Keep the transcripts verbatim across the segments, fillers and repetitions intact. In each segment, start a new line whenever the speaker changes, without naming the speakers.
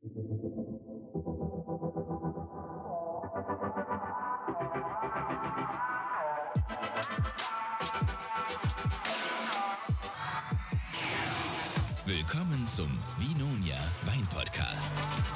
Willkommen zum Vinonia Wein Podcast.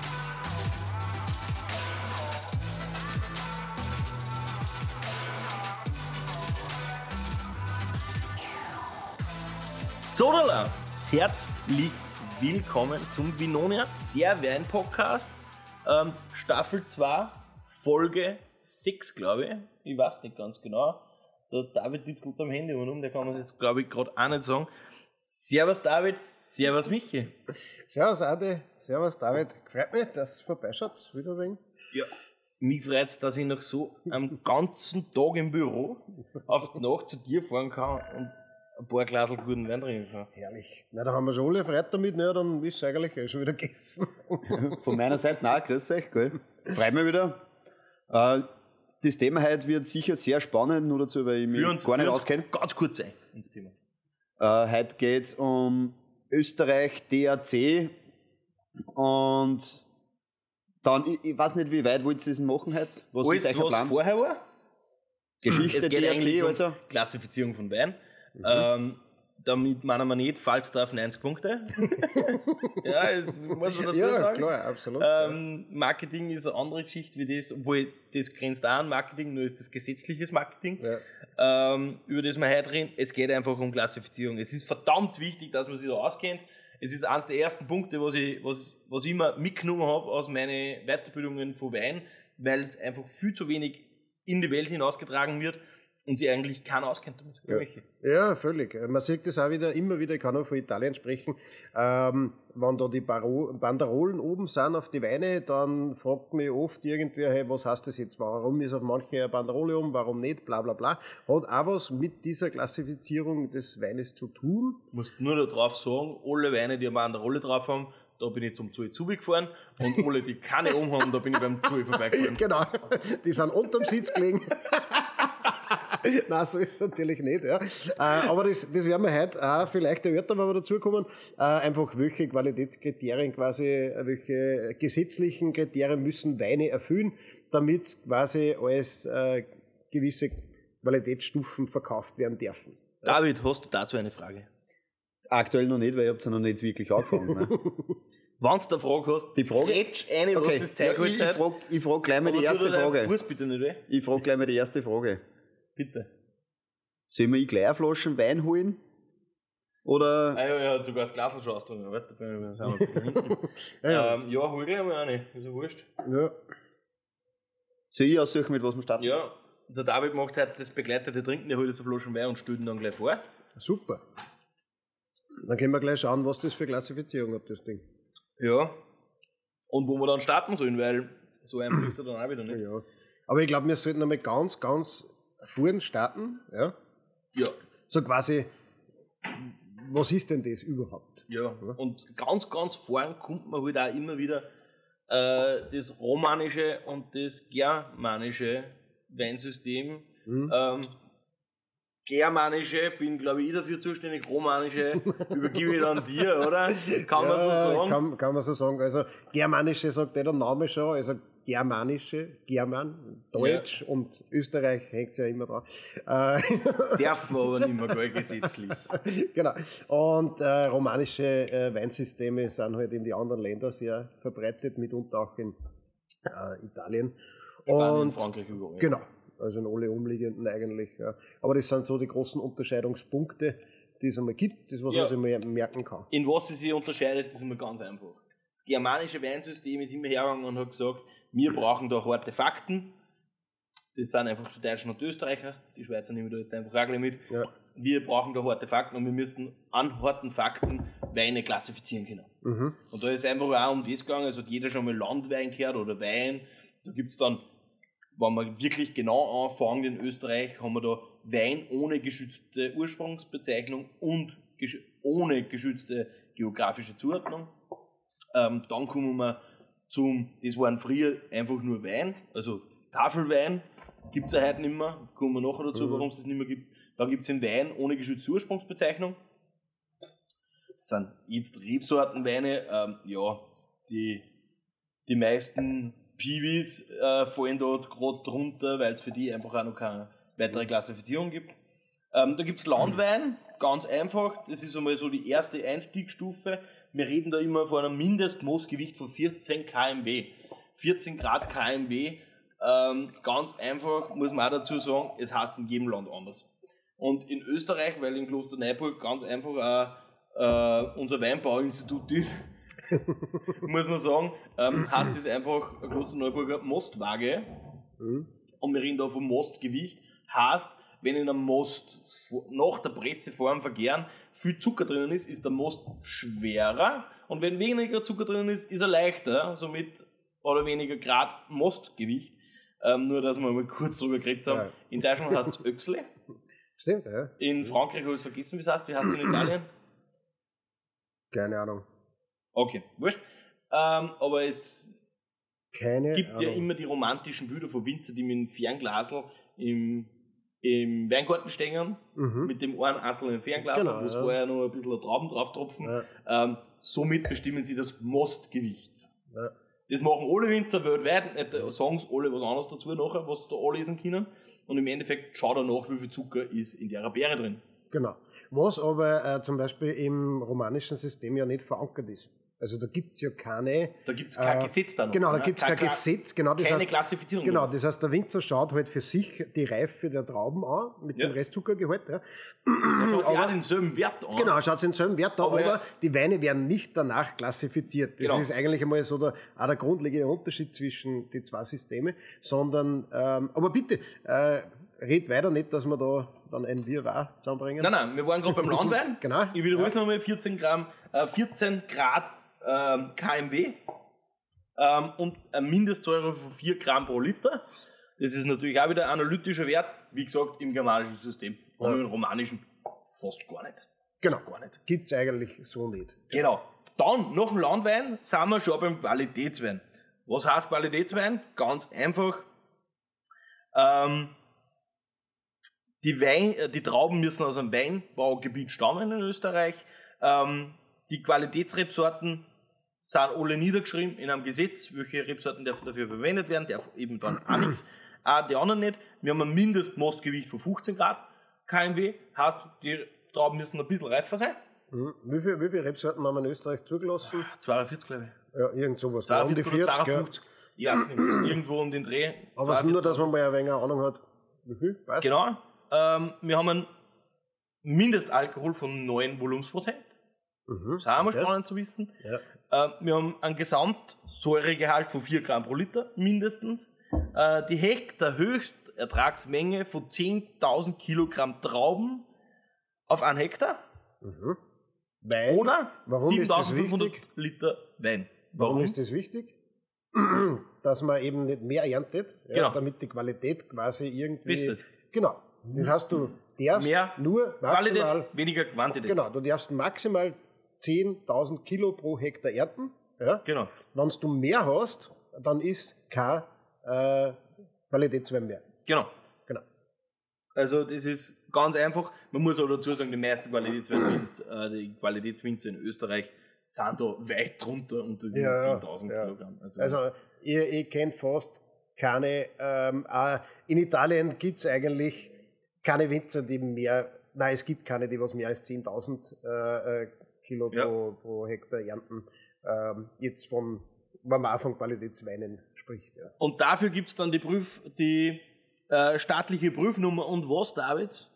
Sodala, herzlich willkommen zum Vinonia, der Wein Podcast, ähm, Staffel zwei, Folge sechs, glaube ich. Ich weiß nicht ganz genau. Der David witzelt am Handy um, der kann man jetzt, glaube ich, gerade auch nicht sagen. Servus David, servus Michi.
Servus Adi, servus David. Freut mich, dass es vorbeischaut, wieder ein wenig.
Ja, mich freut es, dass ich noch so am ganzen Tag im Büro auf die Nacht zu dir fahren kann und ein paar Glasel guten Wein trinken kann.
Herrlich. Na, da haben wir schon alle Freude damit, ne? Dann ist es eigentlich eh schon wieder gegessen.
Von meiner Seite, nein, grüß euch, gell. Freut mich wieder. Äh, das Thema heute wird sicher sehr spannend, nur dazu, weil ich mich
uns,
gar nicht auskenne.
Ganz kurz ein ins Thema.
Äh, heute geht's um Österreich D A C und dann, ich, ich weiß nicht, wie weit wollt ihr das machen heute? Was
Alles,
ist euer
was
Plan?
vorher war?
Geschichte
Es geht
D A
eigentlich
C,
um
also?
Klassifizierung von Wein.
Mhm.
Ähm, damit meinen wir nicht, Falstaff auf neunzig Punkte. Ja, das muss man dazu
ja,
sagen.
klar, absolut.
Ähm, Marketing ist eine andere Geschichte wie das, obwohl das grenzt auch an Marketing, nur ist das gesetzliches Marketing,
ja.
ähm, über das wir heute reden. Es geht einfach um Klassifizierung. Es ist verdammt wichtig, dass man sich da auskennt. Es ist eines der ersten Punkte, was ich, was, was ich immer mitgenommen habe aus meinen Weiterbildungen von Wein, weil es einfach viel zu wenig in die Welt hinausgetragen wird und sie eigentlich keiner auskennt damit.
Ja. ja, völlig. Man sieht das auch wieder, immer wieder, ich kann auch von Italien sprechen, ähm, wenn da die Baro- Banderolen oben sind auf die Weine, dann fragt mich oft irgendwer, hey, was heißt das jetzt? Warum ist auf manche eine Banderole oben, warum nicht? Bla bla bla. Hat auch was mit dieser Klassifizierung des Weines zu tun.
Du musst nur darauf sagen, alle Weine, die eine Banderole drauf haben, da bin ich zum Zoll zugefahren und alle, die keine oben haben, da bin ich beim Zoll vorbeigefahren.
Genau, die sind unterm Sitz gelegen. Nein, so ist es natürlich nicht. Ja. Äh, aber das, das werden wir heute auch vielleicht erörtern, wenn wir dazukommen. Äh, einfach, welche Qualitätskriterien quasi, welche gesetzlichen Kriterien müssen Weine erfüllen, damit quasi als äh, gewisse Qualitätsstufen verkauft werden dürfen.
David, hast du dazu eine Frage?
Aktuell noch nicht, weil ich hab's ja noch nicht wirklich angefangen. Ne?
Wenn du eine Frage hast,
Die Frage?
rätsch eine,
Okay.
was das Zeug
Ja, ich,
halt
ich
hat.
frage ich frag gleich mal
Aber
die erste
tu dir deinen
Frage.
Fuß bitte nicht weh.
Ich frage gleich mal die erste Frage.
Bitte.
Sollen wir gleich eine Flasche Wein holen? Oder?
Ah ja, er hat sogar das Glas schon ausgetrunken. Warte, da sind wir ein bisschen hinten.
Ja, ja.
Ähm, ja, hol gleich mal eine. Ist ja wurscht.
Ja.
Soll ich aussuchen, mit was wir starten?
Ja, der David macht heute das begleitete Trinken, der holt jetzt eine Flasche Wein und stellt ihn dann gleich vor.
Super. Dann können wir gleich schauen, was das für Klassifizierung hat, das Ding.
Ja. Und wo wir dann starten sollen, weil so einfach ist er dann auch wieder nicht.
Ja. Aber ich glaube, wir sollten einmal ganz, ganz vorn starten. Ja.
Ja.
So quasi, was ist denn das überhaupt?
Ja. Und ganz, ganz vorn kommt man halt auch immer wieder äh, das romanische und das germanische Weinsystem.
Mhm.
Ähm, Germanische, bin glaube ich dafür zuständig, romanische übergebe ich dann dir, oder? Kann man so sagen?
Kann, kann man so sagen. Also germanische sagt eh der Name schon, also germanische, German, Deutsch ja. Und Österreich hängt ja immer dran. Äh,
Darf man aber nicht mehr, gell, gesetzlich.
Genau. Und äh, romanische äh, Weinsysteme sind halt in die anderen Länder sehr verbreitet, mitunter auch in äh, Italien.
Spanien,
Und
Frankreich überall.
Genau. Also in alle umliegenden eigentlich. Ja. Aber das sind so die großen Unterscheidungspunkte, die es einmal gibt, das was
Ja.
man sich mal merken kann.
In was sie sich unterscheidet, ist immer ganz einfach. Das germanische Weinsystem ist immer hergegangen und hat gesagt, wir brauchen da harte Fakten. Das sind einfach die Deutschen und die Österreicher. Die Schweizer nehmen da jetzt einfach auch gleich mit.
Ja.
Wir brauchen da harte Fakten und wir müssen an harten Fakten Weine klassifizieren können.
Mhm.
Und da ist einfach auch um das gegangen, also hat jeder schon mal Landwein gehört oder Wein. Da gibt's dann, wenn wir wirklich genau anfangen in Österreich, haben wir da Wein ohne geschützte Ursprungsbezeichnung und gesch- ohne geschützte geografische Zuordnung. Ähm, dann kommen wir zum, das waren früher einfach nur Wein, also Tafelwein, gibt's ja heute nicht mehr, kommen wir nachher dazu,
Mhm.
warum es das nicht mehr gibt. Dann gibt's den Wein ohne geschützte Ursprungsbezeichnung. Das sind jetzt Rebsortenweine, ähm, ja, die die meisten Piwis äh, fallen dort gerade drunter, weil es für die einfach auch noch keine weitere Klassifizierung gibt. Ähm, da gibt es Landwein, ganz einfach. Das ist einmal so die erste Einstiegsstufe. Wir reden da immer von einem Mindestmostgewicht von vierzehn Kilogramm. vierzehn Grad Kilogramm. Ähm, ganz einfach, muss man auch dazu sagen, es heißt in jedem Land anders. Und in Österreich, weil in Klosterneuburg ganz einfach auch äh, unser Weinbauinstitut ist, muss man sagen, ähm, heißt es einfach Klosterneuburger Mostwaage. Mhm. Und wir reden da vom Mostgewicht. Heißt, wenn in einem Most nach der Presse vor dem Vergären viel Zucker drinnen ist, ist der Most schwerer. Und wenn weniger Zucker drinnen ist, ist er leichter. Somit oder weniger Grad Mostgewicht. Ähm, nur, dass wir mal kurz drüber geredet haben. Ja. In Deutschland heißt es Öxle.
Stimmt, ja.
In Frankreich habe ich es vergessen, wie es heißt. Wie heißt es in Italien?
Keine Ahnung.
Okay, wurscht. Ähm, aber es
Keine
gibt
Ahnung.
ja immer die romantischen Bilder von Winzer, die mit einem Fernglasl im, im Weingarten stehen, mhm. mit dem einen einzelnen Fernglasl,
genau,
wo es
ja.
vorher noch ein bisschen Trauben drauf tropfen. Ja. Ähm, somit bestimmen sie das Mostgewicht. Ja. Das machen alle Winzer weltweit, nicht sagen es alle was anderes dazu nachher, was sie da anlesen können. Und im Endeffekt schaut er nach, wie viel Zucker ist in der Beere drin.
Genau. Was aber äh, zum Beispiel im romanischen System ja nicht verankert ist. Also da gibt es ja keine...
Da gibt es kein
äh,
Gesetz dann.
Genau, da gibt es kein Kla- Gesetz. Genau, das
keine
heißt,
Klassifizierung.
Genau, das heißt, der Winzer schaut halt für sich die Reife der Trauben an, mit
ja.
dem Restzuckergehalt. Ja.
Er schaut sich auch denselben Wert an.
Genau, schaut sich denselben Wert an, aber,
aber
die Weine werden nicht danach klassifiziert. Das
genau.
ist eigentlich einmal so der, auch der grundlegende Unterschied zwischen den zwei Systemen. Sondern, ähm, aber bitte, äh, red weiter nicht, dass wir da dann ein Wirrwarr zusammenbringen.
Nein, nein, wir waren gerade beim Landwein.
Genau.
Ich wiederhole es
ja.
nochmal, vierzehn Gramm, äh, vierzehn Grad ähm, Kilogramm ähm, und eine Mindestsäure von vier Gramm pro Liter. Das ist natürlich auch wieder ein analytischer Wert, wie gesagt, im germanischen System. Aber ja. im romanischen fast gar nicht.
Genau.
Gar nicht.
Gibt es eigentlich so nicht.
Genau. Dann, nach dem Landwein, sind wir schon beim Qualitätswein. Was heißt Qualitätswein? Ganz einfach. Ähm, die, Wein, die Trauben müssen aus einem Weinbaugebiet stammen in Österreich. Ähm, die Qualitätsrebsorten sind alle niedergeschrieben in einem Gesetz, welche Rebsorten dürfen dafür verwendet werden, darf eben dann auch nichts, auch die anderen nicht. Wir haben ein Mindestmostgewicht von fünfzehn Grad Kilogramm, heißt, die Trauben müssen ein bisschen reifer sein.
Mhm. Wie viele wie viel Rebsorten haben wir in Österreich zugelassen?
zweiundvierzig, glaube ich.
Ja, irgend sowas.
zweiundvierzig
um die vierzig,
oder zweiundfünfzig. Ja. Ich weiß nicht, irgendwo um den Dreh.
Aber nur, dass man mal ein wenig Ahnung hat, wie viel? Weißt?
Genau. Ähm, wir haben einen Mindestalkohol von neun Volumensprozent. Mhm. Das ist auch mal okay. spannend zu wissen. Ja. Äh, wir haben einen Gesamtsäuregehalt von vier Gramm pro Liter mindestens. Äh, die Hektar Höchstertragsmenge von zehntausend Kilogramm Trauben auf einen Hektar. Mhm.
Wein.
Oder
Warum
siebentausendfünfhundert Liter Wein.
Warum? Warum ist das wichtig? Dass man eben nicht mehr erntet, ja,
genau.
damit die Qualität quasi irgendwie...
Ist
Genau. Das heißt, du darfst
mehr
nur maximal...
Qualität, weniger Quantität.
Genau, du darfst maximal zehntausend Kilo pro Hektar ernten. Ja?
Genau.
Wenn du mehr hast, dann ist kein äh, Qualitätswein mehr.
Genau.
Genau.
Also das ist ganz einfach. Man muss auch dazu sagen, die meisten Qualitätsweine, äh, die Qualitätswinzer in Österreich sind da weit drunter unter diesen
ja,
zehntausend
ja.
Kilogramm. Also,
also ihr, ihr kennt fast keine, ähm, auch in Italien gibt es eigentlich keine Winzer, die mehr, nein, es gibt keine, die was mehr als zehntausend äh, Kilo
ja.
pro, pro Hektar ernten. Ähm, jetzt von, wenn man auch von Qualitätsweinen spricht. Ja.
Und dafür gibt es dann die, Prüf, die äh, staatliche Prüfnummer und was, David?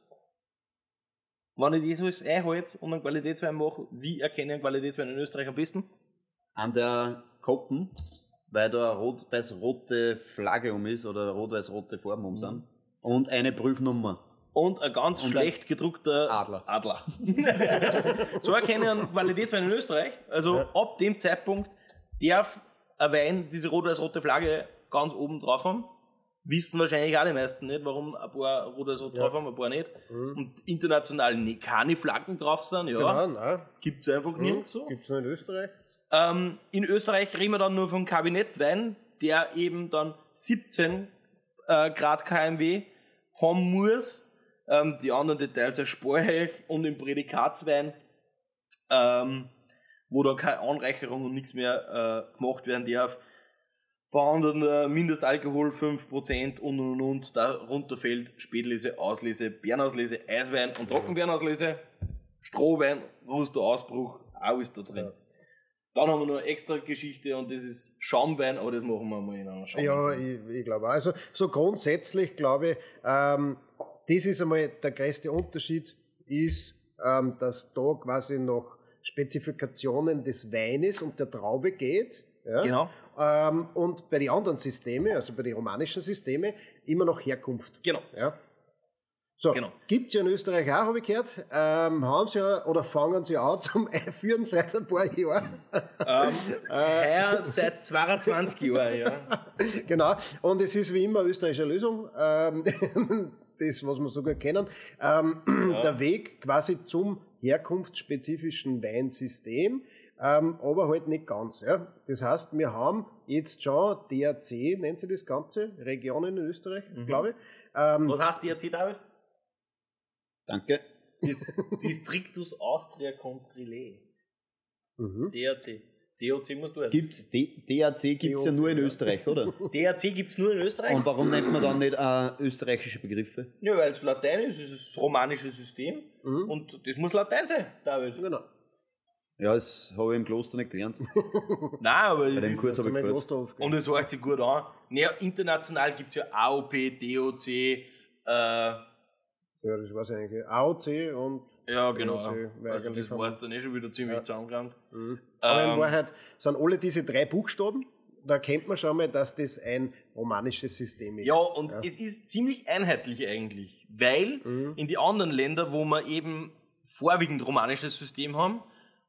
Wenn ich das alles einhalte und einen Qualitätswein mache, wie erkenne ich einen Qualitätswein in Österreich am besten?
An der Koppen, weil da eine rot-weiß-rote Flagge um ist oder rot-weiß-rote Farben um sind. Mhm. Und eine Prüfnummer.
Und ein ganz und schlecht gedruckter
Adler.
Adler. So erkenne ich einen Qualitätswein in Österreich. Also ja. ab dem Zeitpunkt darf ein Wein diese rot-weiß-rote Flagge ganz oben drauf haben. Wissen wahrscheinlich auch die meisten nicht, warum ein paar rot-weiß-rot ja. drauf haben, ein paar nicht. Mhm. Und international nicht keine Flaggen drauf sind. Ja,
genau,
gibt es einfach mhm. nirgends so.
Gibt es nur in Österreich.
Ähm, in Österreich reden wir dann nur vom Kabinettwein, der eben dann siebzehn äh, Grad Kilogramm haben muss. Ähm, die anderen Details erspare ich. Und im Prädikatswein, ähm, wo da keine Anreicherung und nichts mehr äh, gemacht werden darf, vorhandener Mindestalkohol fünf Prozent und und und. Darunter fällt Spätlese, Auslese, Beerenauslese, Eiswein und Trockenbeerenauslese, Strohwein, Rusterausbruch, auch ist da drin. Ja. Dann haben wir noch eine extra Geschichte und das ist Schaumwein, aber das machen wir mal in einer Schaumwein.
Ja, ich, ich glaube auch. Also so grundsätzlich glaube ich, ähm, das ist einmal der größte Unterschied, ist, ähm, dass da quasi noch Spezifikationen des Weines und der Traube geht. Ja?
Genau.
Ähm, und bei den anderen Systemen, also bei den romanischen Systemen, immer noch Herkunft.
Genau.
Ja? So,
genau.
Gibt es ja in Österreich auch, habe ich gehört. Ähm, haben sie ja, oder fangen sie an zum Einführen seit ein paar Jahren.
Ähm, heuer seit zweiundzwanzig Jahren, ja.
Genau. Und es ist wie immer eine österreichische Lösung. Ähm, das, was wir sogar kennen. Ähm, ja. Der Weg quasi zum herkunftsspezifischen Weinsystem. Ähm, aber halt nicht ganz. Ja. Das heißt, wir haben jetzt schon D A C, nennt sich das Ganze, Regionen in Österreich, mhm. glaube ich. Ähm,
was heißt D A C, David?
Danke.
Dis Districtus Austria Contrillet.
Mhm.
D A C. D O C musst du erst.
Gibt's D A C gibt es ja nur in Österreich, oder?
D A C gibt es nur in Österreich.
Und warum nennt man dann nicht äh, österreichische Begriffe?
Ja, weil es Latein ist, es ist das romanische System mhm. und das muss Latein sein, David.
Genau.
Ja, das habe ich im Kloster nicht gelernt.
Nein, aber
es
ist...
Kurs habe ich
geführt.
Und es hört sich gut an. Naja, international gibt es ja A O P, D O C, äh...
Ja, das weiß ich eigentlich. A O C und...
Ja, genau.
A O C,
also das war es dann eh schon wieder ziemlich ja. zusammengerannt.
Mhm. Aber ähm, in Wahrheit sind alle diese drei Buchstaben, da kennt man schon mal, dass das ein romanisches System ist.
Ja, und ja. es ist ziemlich einheitlich eigentlich, weil mhm. in die anderen Länder, wo wir eben vorwiegend romanisches System haben,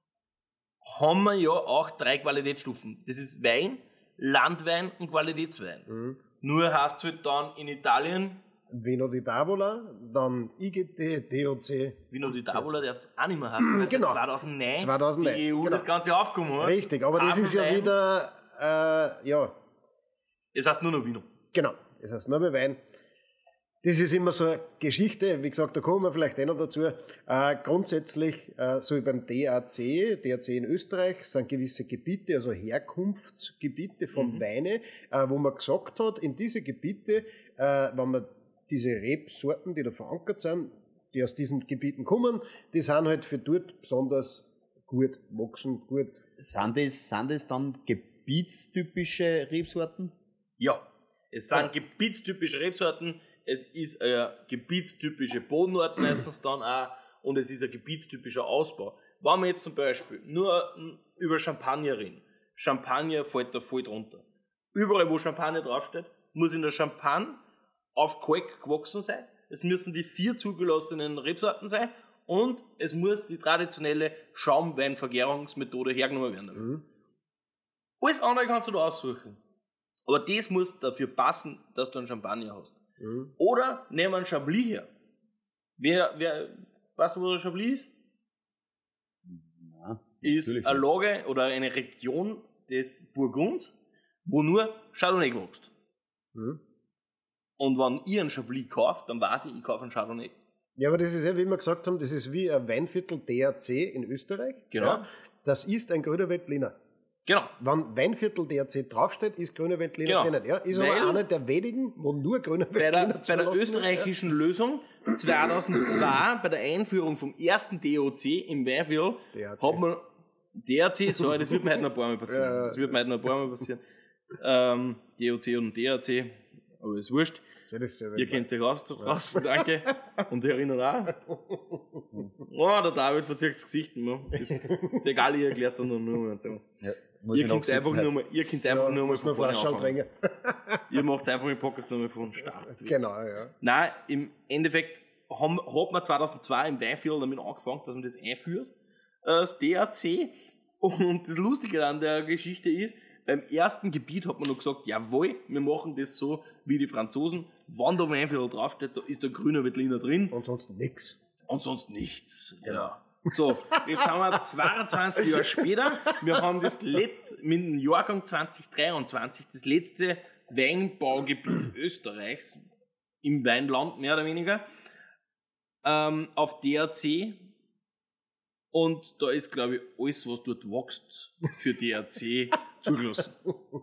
haben wir ja auch drei Qualitätsstufen. Das ist Wein, Landwein und Qualitätswein. Mhm. Nur heißt es halt dann in Italien
Vino di Tavola, dann I G T, D O C.
Vino di Tavola darf es auch nicht mehr heißen, weil
genau.
zweitausendneun,
zweitausendneun
die E U
genau.
das Ganze aufgekommen hat.
Richtig, aber das ist ja wieder, äh, ja.
Es heißt nur noch Vino.
Genau, es heißt nur mehr Wein. Das ist immer so eine Geschichte, wie gesagt, da kommen wir vielleicht eh noch dazu. Äh, grundsätzlich, äh, so wie beim D A C, D A C in Österreich, sind gewisse Gebiete, also Herkunftsgebiete von mhm. Weine, äh, wo man gesagt hat, in diese Gebiete, äh, wenn man diese Rebsorten, die da verankert sind, die aus diesen Gebieten kommen, die sind halt für dort besonders gut wachsen, gut.
Sind das, sind das dann gebietstypische Rebsorten?
Ja, es sind ja. gebietstypische Rebsorten. Es ist eine gebietstypische Bodenart meistens dann auch und es ist ein gebietstypischer Ausbau. Wenn wir jetzt zum Beispiel nur über Champagner reden, Champagner fällt da voll drunter. Überall, wo Champagner draufsteht, muss in der Champagne auf Kalk gewachsen sein. Es müssen die vier zugelassenen Rebsorten sein und es muss die traditionelle Schaumweinvergärungsmethode hergenommen werden. Mhm. Alles andere kannst du da aussuchen. Aber das muss dafür passen, dass du einen Champagner hast. Mhm. Oder nehmen wir einen Chablis her. Wer, wer, weißt du, wo der Chablis ist?
Ja,
ist eine Lage oder eine Region des Burgunds, wo nur Chardonnay wächst. Mhm. Und wenn ich einen Chablis kaufe, dann weiß ich, ich kaufe einen Chardonnay.
Ja, aber das ist ja, wie wir gesagt haben, das ist wie ein Weinviertel D A C in Österreich.
Genau.
Ja, das ist ein grüner Veltliner.
Genau.
Wenn Weinviertel D A C draufsteht, ist grüner Veltliner
genau.
drinnen. Ja, ist aber einer der wenigen, wo nur grüner Veltliner
Bei der, bei der österreichischen ist, ja. Lösung zweitausendzwei, bei der Einführung vom ersten D O C im Weinviertel, hat man D A C, sorry, das wird mir heute noch ein paar Mal passieren. Ja, das wird mir heute noch ein paar Mal passieren. Ähm, D O C und D A C, aber ist wurscht. Ihr kennt euch aus draußen, ja. Danke. Und die erinnern auch. Oh, der David verzieht das Gesicht. No. Ist, ist egal, ihr erklärt dann nur mal. Ja, ihr könnt es einfach, nur mal, ihr könnt's einfach ja, nur mal von vorne anfangen. Ihr macht es einfach im Podcast nur mal von Start.
Genau, ja.
Nein, im Endeffekt haben, hat man zweitausendzwei im Weinviertel damit angefangen, dass man das einführt, das D A C. Und das Lustige an der Geschichte ist, beim ersten Gebiet hat man noch gesagt, jawohl, wir machen das so wie die Franzosen. Wenn da Weinviertel draufsteht, da ist der grüne Veltliner drin.
Und sonst nichts.
Und sonst nichts. Genau. So, jetzt haben wir zweiundzwanzig Jahre später. Wir haben das letzte, mit dem Jahrgang zwanzig dreiundzwanzig, das letzte Weinbaugebiet Österreichs im Weinland, mehr oder weniger, ähm, auf D A C. Und da ist, glaube ich, alles, was dort wächst, für D A C zugelassen.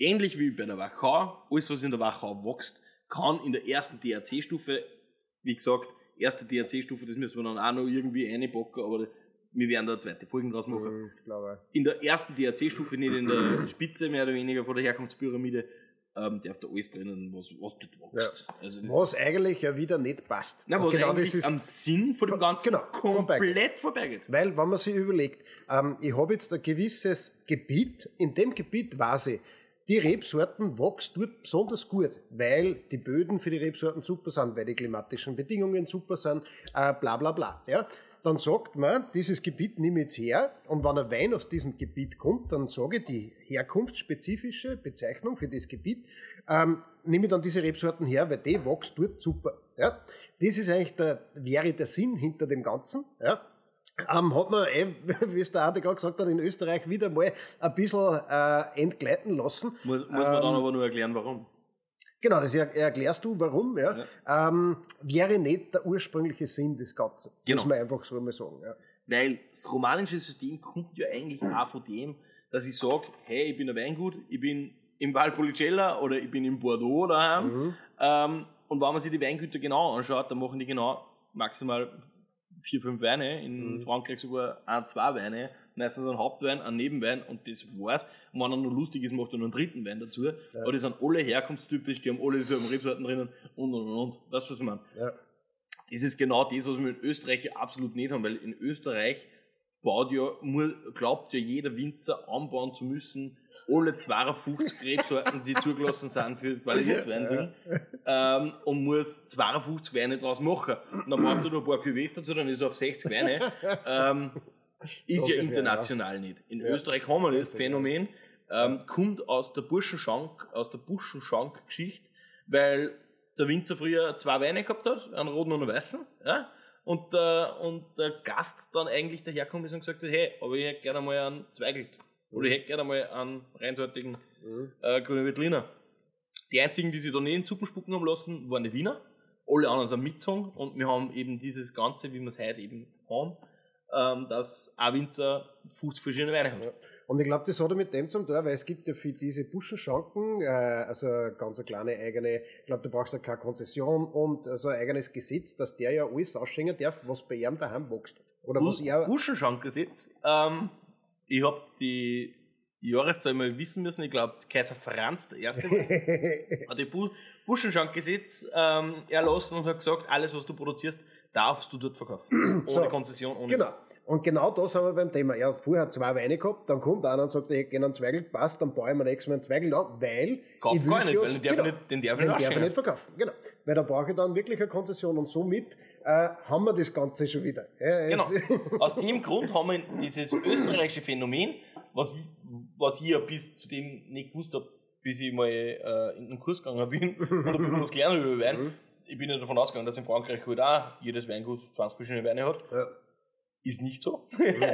ähnlich wie bei der Wachau, alles was in der Wachau wächst, kann in der ersten D R C-Stufe, wie gesagt, erste D R C-Stufe, das müssen wir dann auch noch irgendwie reinpacken, aber wir werden da eine zweite Folge draus machen.
Ich glaube.
In der ersten D R C-Stufe, nicht in der Spitze mehr oder weniger von der Herkunftspyramide, ähm, darf da alles drinnen, was, was dort wächst.
Ja.
Also das
was
ist,
eigentlich ja wieder nicht passt.
Nein, was
genau
eigentlich
das ist
am Sinn von dem Ganzen
genau,
komplett vorbeigeht.
Weil, wenn man sich überlegt, ähm, ich habe jetzt ein gewisses Gebiet, in dem Gebiet weiß ich, die Rebsorten wächst dort besonders gut, weil die Böden für die Rebsorten super sind, weil die klimatischen Bedingungen super sind, äh, bla bla bla. Ja? Dann sagt man, dieses Gebiet nehme ich jetzt her und wenn ein Wein aus diesem Gebiet kommt, dann sage ich die herkunftsspezifische Bezeichnung für das Gebiet, ähm, nehme ich dann diese Rebsorten her, weil die wächst dort super. Ja? Das ist eigentlich der, wäre der Sinn hinter dem Ganzen. Ja? Ähm, hat man, eh, wie es der Adi gerade gesagt hat, in Österreich wieder mal ein bisschen äh, entgleiten lassen.
Muss, muss man
ähm,
dann aber nur erklären, warum.
Genau, das er, erklärst du, warum. Ja.
Ja.
Ähm, wäre nicht der ursprüngliche Sinn des Ganzen,
Genau.
muss man einfach so mal sagen. Ja.
Weil das romanische System kommt ja eigentlich auch von dem, dass ich sage, hey, ich bin ein Weingut, ich bin im Valpolicella oder ich bin in Bordeaux daheim.
Mhm.
Ähm, und wenn man sich die Weingüter genau anschaut, dann machen die genau maximal vier, fünf Weine, in
Mhm.
Frankreich sogar ein, zwei Weine, meistens ein Hauptwein, ein Nebenwein und das war's. Und wenn er noch lustig ist, macht er noch einen dritten Wein dazu. Ja. Aber die sind alle herkunftstypisch, die haben alle dieselben Rebsorten drinnen und und und. Weißt du, was ich meine?
Ja.
Das ist genau das, was wir in Österreich ja absolut nicht haben, weil in Österreich baut ja, glaubt ja jeder Winzer anbauen zu müssen, alle zweiundfünfzig Rebsorten, die zugelassen sind für Qualitätswein drin, ähm, und muss zweiundfünfzig Weine draus machen. Und dann braucht er noch ein paar Cuvées dazu, dann ist er auf sechzig Weine. Ähm, ist
So
ja
ungefähr,
international ja. nicht. In
Ja.
Österreich haben wir das
Ja.
Phänomen, ähm, kommt aus der Burschenschank, aus der Buschenschank-Geschichte, weil der Winzer früher zwei Weine gehabt hat, einen roten und einen weißen, ja, und, der, und der Gast dann eigentlich daherkommt ist und gesagt hat, hey, aber ich hätte gerne mal einen Zweigelt. Oder ich hätte gerne mal einen reinsortigen
Mhm.
äh, grünen Veltliner. Die einzigen, die sich da nicht in Suppen spucken haben lassen, waren die Wiener. Alle anderen sind mitgezogen und wir haben eben dieses Ganze, wie wir es heute eben haben, ähm, dass ein Winzer fünfzig verschiedene Weine hat.
Ja. Und ich glaube, das hat er mit dem zum tun, weil es gibt ja für diese Buschenschanken, äh, also eine ganz eine kleine eigene, ich glaube, du brauchst ja keine Konzession und so ein eigenes Gesetz, dass der ja alles ausschenken darf, was bei ihm daheim wächst. Oder was er.
Buschenschank-Gesetz. Ähm, ich habe die Jahreszahl mal wissen müssen. Ich glaube, Kaiser Franz, der Erste, hat die Bu Buschenschank-Gesetz ähm, erlassen und hat gesagt, alles, was du produzierst, darfst du dort verkaufen. Ohne
So.
Konzession, ohne.
Genau. Und genau da sind wir beim Thema. Er hat vorher zwei Weine gehabt, dann kommt einer und sagt, ich hätte gerne einen Zweigel, passt, dann baue ich mir nächstes Mal einen Zweigel an, weil
Kauf
ich will
gar nicht,
für-
weil den darf ich nicht- den darf ich nicht
den darf ich
ausschenken.
nicht verkaufen. Genau. Weil da brauche ich dann wirklich eine Konzession und somit äh, haben wir das Ganze schon wieder. Ja, es-
Genau. Aus dem Grund haben wir dieses österreichische Phänomen, was, was ich ja bis zu dem nicht gewusst habe, bis ich mal äh, in einen Kurs gegangen bin und ein bisschen was gelernt habe über Wein.
Mhm.
Ich bin ja davon ausgegangen, dass in Frankreich halt auch jedes Weingut zwanzig verschiedene Weine hat.
Ja.
Ist nicht so.